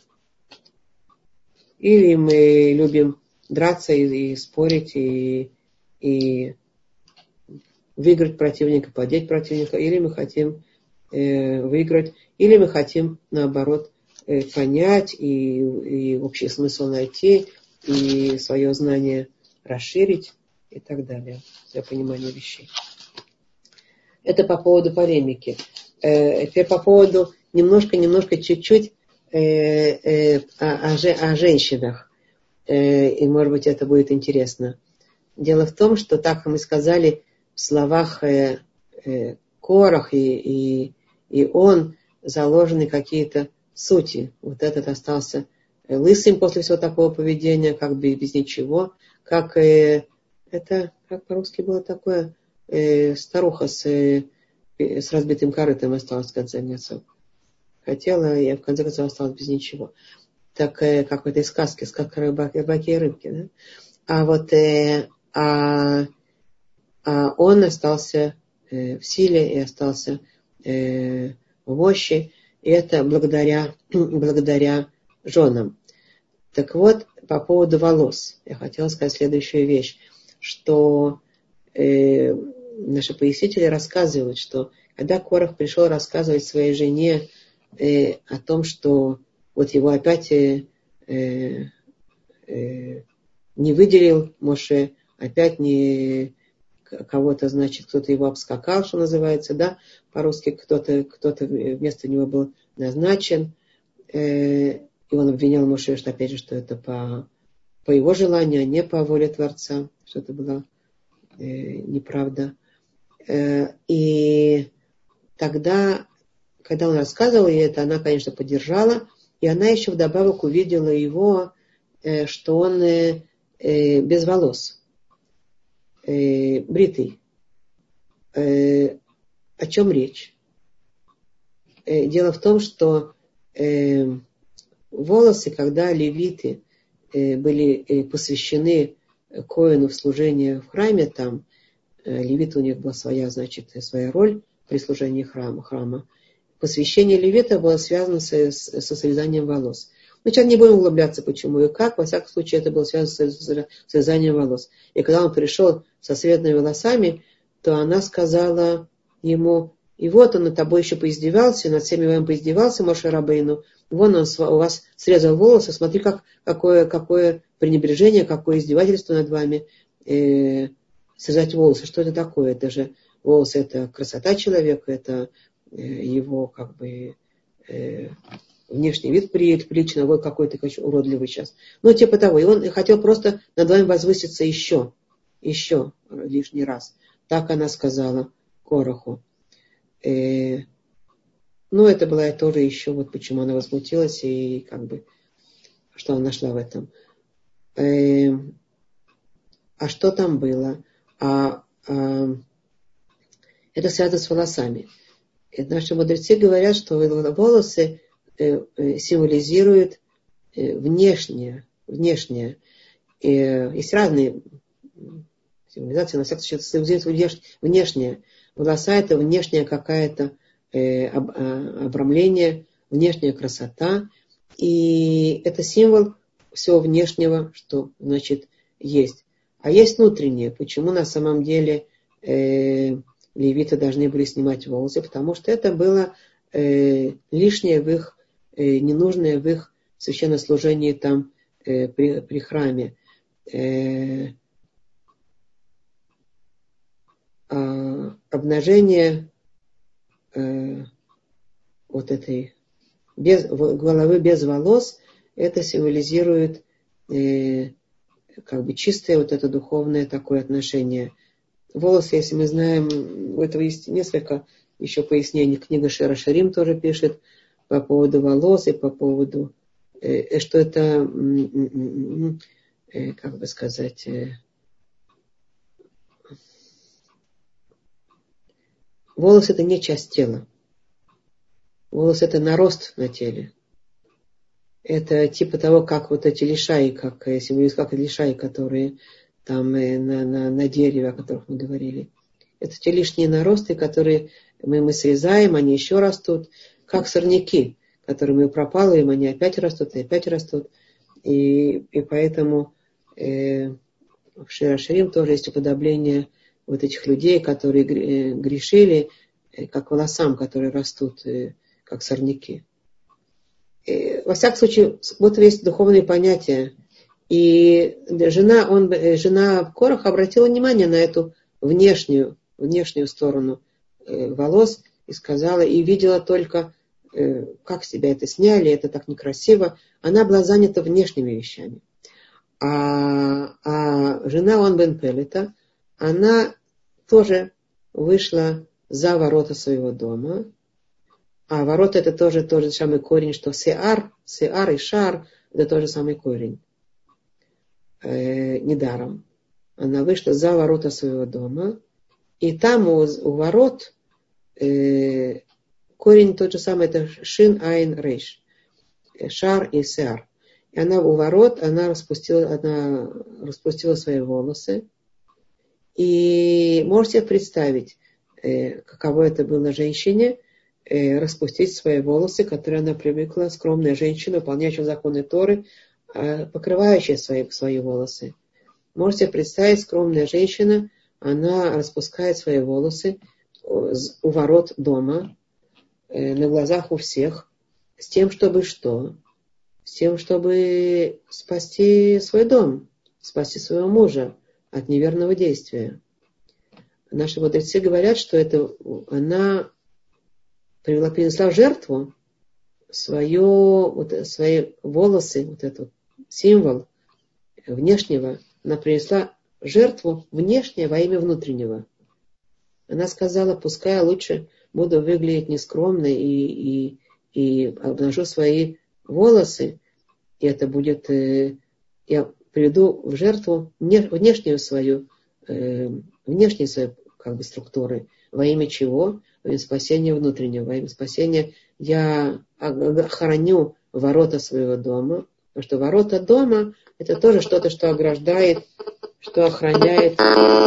Или мы любим драться и, и спорить, и, и выиграть противника, подеть противника, или мы хотим э, выиграть, или мы хотим, наоборот, э, понять и, и общий смысл найти, и свое знание расширить, и так далее, для понимания вещей. Это по поводу полемики. Э, теперь по поводу немножко-немножко чуть-чуть э, э, о, о, о женщинах. Э, и, может быть, это будет интересно. Дело в том, что, так как мы сказали, в словах э, э, Корах и, и, и он заложены какие-то сути. Вот этот остался лысым после всего такого поведения, как бы без ничего. Как э, это, как по-русски было такое, э, старуха с, э, с разбитым корытом осталась в конце концов. Хотела, и в конце концов осталась без ничего. Так, э, как в этой сказке, сказка рыбаки, рыбаки и рыбки. Да? А вот э, а, а он остался э, в силе и остался э, в мощи. И это благодаря, благодаря женам. Так вот, по поводу волос. Я хотела сказать следующую вещь, что э, наши пояснители рассказывают, что когда Корах пришел рассказывать своей жене э, о том, что вот его опять э, э, не выделил Моше, опять не кого-то, значит, кто-то его обскакал, что называется, да, по-русски кто-то, кто-то вместо него был назначен, э, и он обвинял Моше, что опять же, что это по, по его желанию, а не по воле Творца, что это была э, неправда. Э, и тогда, когда он рассказывал ей это, она, конечно, поддержала, и она еще вдобавок увидела его, э, что он э, э, без волос, э, бритый. Э, о чем речь? Э, дело в том, что э, волосы, когда левиты э, были э, посвящены коэну в служение в храме, там э, левиты, у них была своя, значит, своя роль при служении храма, храма. Посвящение левита было связано со, со срезанием волос. Мы сейчас не будем углубляться, почему и как. Во всяком случае, это было связано с срезанием волос. И когда он пришел со светлыми волосами, то она сказала ему: и вот он над тобой еще поиздевался, над всеми вами поиздевался, Моше Рабейну. Вон он у вас срезал волосы, смотри, как, какое, какое пренебрежение, какое издевательство над вами. Э, срезать волосы, что это такое? Это же волосы, это красота человека, это э, его как бы э, внешний вид прилично, вот какой ты уродливый сейчас. Ну, типа того. И он хотел просто над вами возвыситься еще, еще лишний раз. Так она сказала Кораху. Э, ну, это была тоже еще, вот почему она возмутилась и как бы, что она нашла в этом. Э, а что там было? А, а, это связано с волосами. И наши мудрецы говорят, что волосы э, э, символизируют э, внешнее, внешнее. И, есть разные символизации, на всякий случай, символизирует внешнее. Волоса — это внешняя какая-то э, об, э, обрамление, внешняя красота. И это символ всего внешнего, что, значит, есть. А есть внутреннее. Почему на самом деле э, левиты должны были снимать волосы? Потому что это было э, лишнее в их, э, ненужное в их священнослужении там э, при, при храме. Э, э, обнажение э, вот этой без, головы без волос, это символизирует э, как бы чистое вот это духовное такое отношение. Волосы, если мы знаем, у этого есть несколько еще пояснений. Книга Шера Шарим тоже пишет, по поводу волос и по поводу, э, что это, э, как бы сказать, э, волос это не часть тела. Волос это нарост на теле. Это типа того, как вот эти лишаи, как символизм, как лишаи, которые там на, на, на дереве, о которых мы говорили. Это те лишние наросты, которые мы, мы срезаем, они еще растут, как сорняки, которые мы пропалываем, они опять растут и опять растут. И, и поэтому э, в Шир ха-Ширим тоже есть уподобление вот этих людей, которые грешили, э, как волосам, которые растут, э, как сорняки. И, во всяком случае, вот есть духовные понятия. И жена, он, жена Кораха обратила внимание на эту внешнюю, внешнюю сторону э, волос и сказала, и видела только, э, как себя это сняли, это так некрасиво. Она была занята внешними вещами. А, а жена он бен Пелета, она тоже вышла за ворота своего дома. А ворота это тоже тот же самый корень, что сеар, сеар и шар, это тот же самый корень. Э, недаром. Она вышла за ворота своего дома, и там у, у ворот э, корень тот же самый, это шин, айн, рейш, шар и сеар. И она у ворот, она распустила, она распустила свои волосы. И можете представить, э, каково это было женщине, э, распустить свои волосы, которые она привыкла, скромная женщина, выполняющая законы Торы, э, покрывающая свои, свои волосы. Можете представить, скромная женщина, она распускает свои волосы у ворот дома, э, на глазах у всех, с тем, чтобы что? С тем, чтобы спасти свой дом, спасти своего мужа от неверного действия. Наши мудрецы говорят, что это она привела, принесла в жертву свое, вот, свои волосы, вот этот символ внешнего, она принесла жертву внешнее во имя внутреннего. Она сказала, пускай я лучше буду выглядеть нескромно и, и, и обнажу свои волосы, и это будет, э, я приведу в жертву внешнюю свою, э, внешнюю свою как бы структуры, во имя чего? Во имя спасения внутреннего, во имя спасения я охраню ворота своего дома, потому что ворота дома это тоже что-то, что ограждает, что охраняет.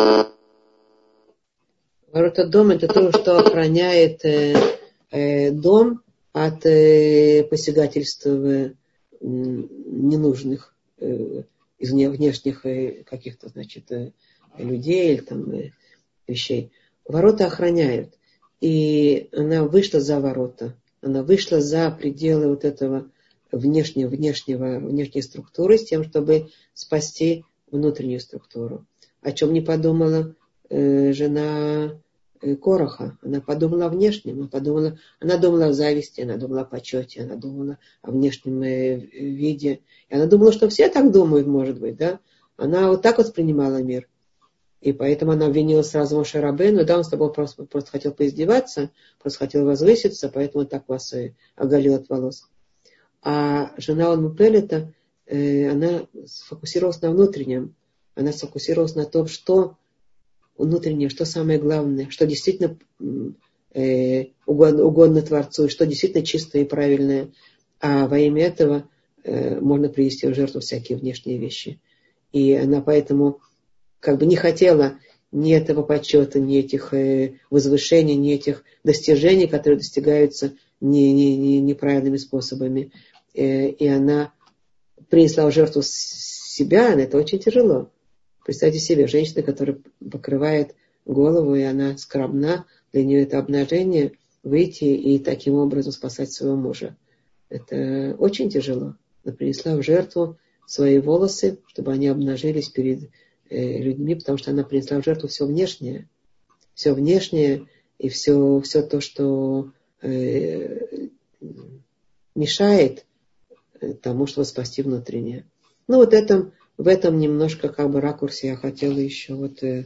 Ворота дома это то, что охраняет э, э, дом от э, посягательств э, ненужных э, из внешних э, каких-то, значит, э, людей или там э, вещей. Ворота охраняют. И она вышла за ворота. Она вышла за пределы вот этого внешнего, внешнего, внешней структуры с тем, чтобы спасти внутреннюю структуру. О чем не подумала э, жена э, Кораха. Она подумала о внешнем. Она, подумала, она думала о зависти, она думала о почете, она думала о внешнем э, виде. И она думала, что все так думают, может быть, да? Она вот так воспринимала мир. И поэтому она обвинила сразу Моше Рабейну. Да, он с тобой просто, просто хотел поиздеваться, просто хотел возвыситься, поэтому он так вас и оголил от волос. А жена он Пелета, э, она сфокусировалась на внутреннем. Она сфокусировалась на том, что внутреннее, что самое главное, что действительно э, угодно, угодно Творцу, и что действительно чистое и правильное. А во имя этого э, можно привести в жертву всякие внешние вещи. И она поэтому как бы не хотела ни этого почета, ни этих э, возвышений, ни этих достижений, которые достигаются не, не, не, неправильными способами. Э, и она принесла в жертву себя, это очень тяжело. Представьте себе, женщина, которая покрывает голову, и она скромна, для нее это обнажение, выйти и таким образом спасать своего мужа. Это очень тяжело. Она принесла в жертву свои волосы, чтобы они обнажились перед людьми, потому что она принесла в жертву все внешнее, все внешнее и все, все то, что э, мешает тому, чтобы спасти внутреннее. Ну вот этом, в этом немножко как бы ракурсе я хотела еще вот э,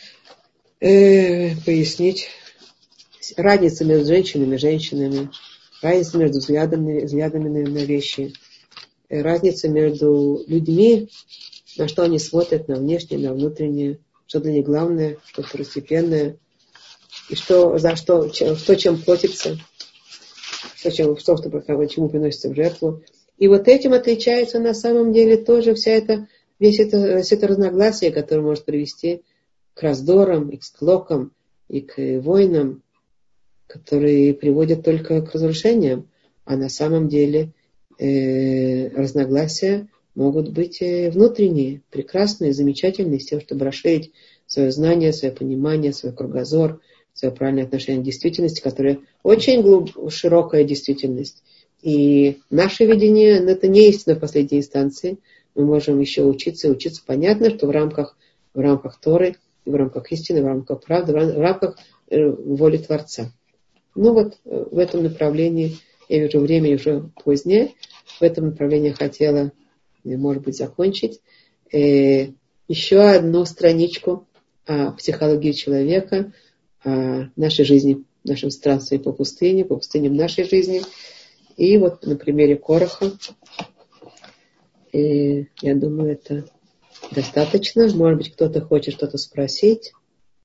э, пояснить разницу между женщинами и женщинами, разница между взглядами, взглядами на, на вещи, разница между людьми, на что они смотрят, на внешнее, на внутреннее, что для них главное, что второстепенное, и что, за что, чем, что чем платится, что, чем, что, что, чему приносится в жертву. И вот этим отличается на самом деле тоже вся эта, весь это, все это разногласие, которое может привести к раздорам, и к склокам, и к войнам, которые приводят только к разрушениям. А на самом деле э, разногласия могут быть внутренние, прекрасные, замечательные, с тем, чтобы расширить свое знание, свое понимание, свой кругозор, свое правильное отношение к действительности, которая очень глуб... широкая действительность. И наше видение, это не истина в последней инстанции. Мы можем еще учиться и учиться. Понятно, что в рамках, в рамках Торы, в рамках истины, в рамках правды, в рамках воли Творца. Ну вот в этом направлении, я вижу, время уже позднее, в этом направлении я хотела, может быть, закончить. Э, еще одну страничку о психологии человека, о нашей жизни, нашем странстве по пустыне, по пустыням нашей жизни. И вот на примере Кораха, э, я думаю, это достаточно. Может быть, кто-то хочет что-то спросить.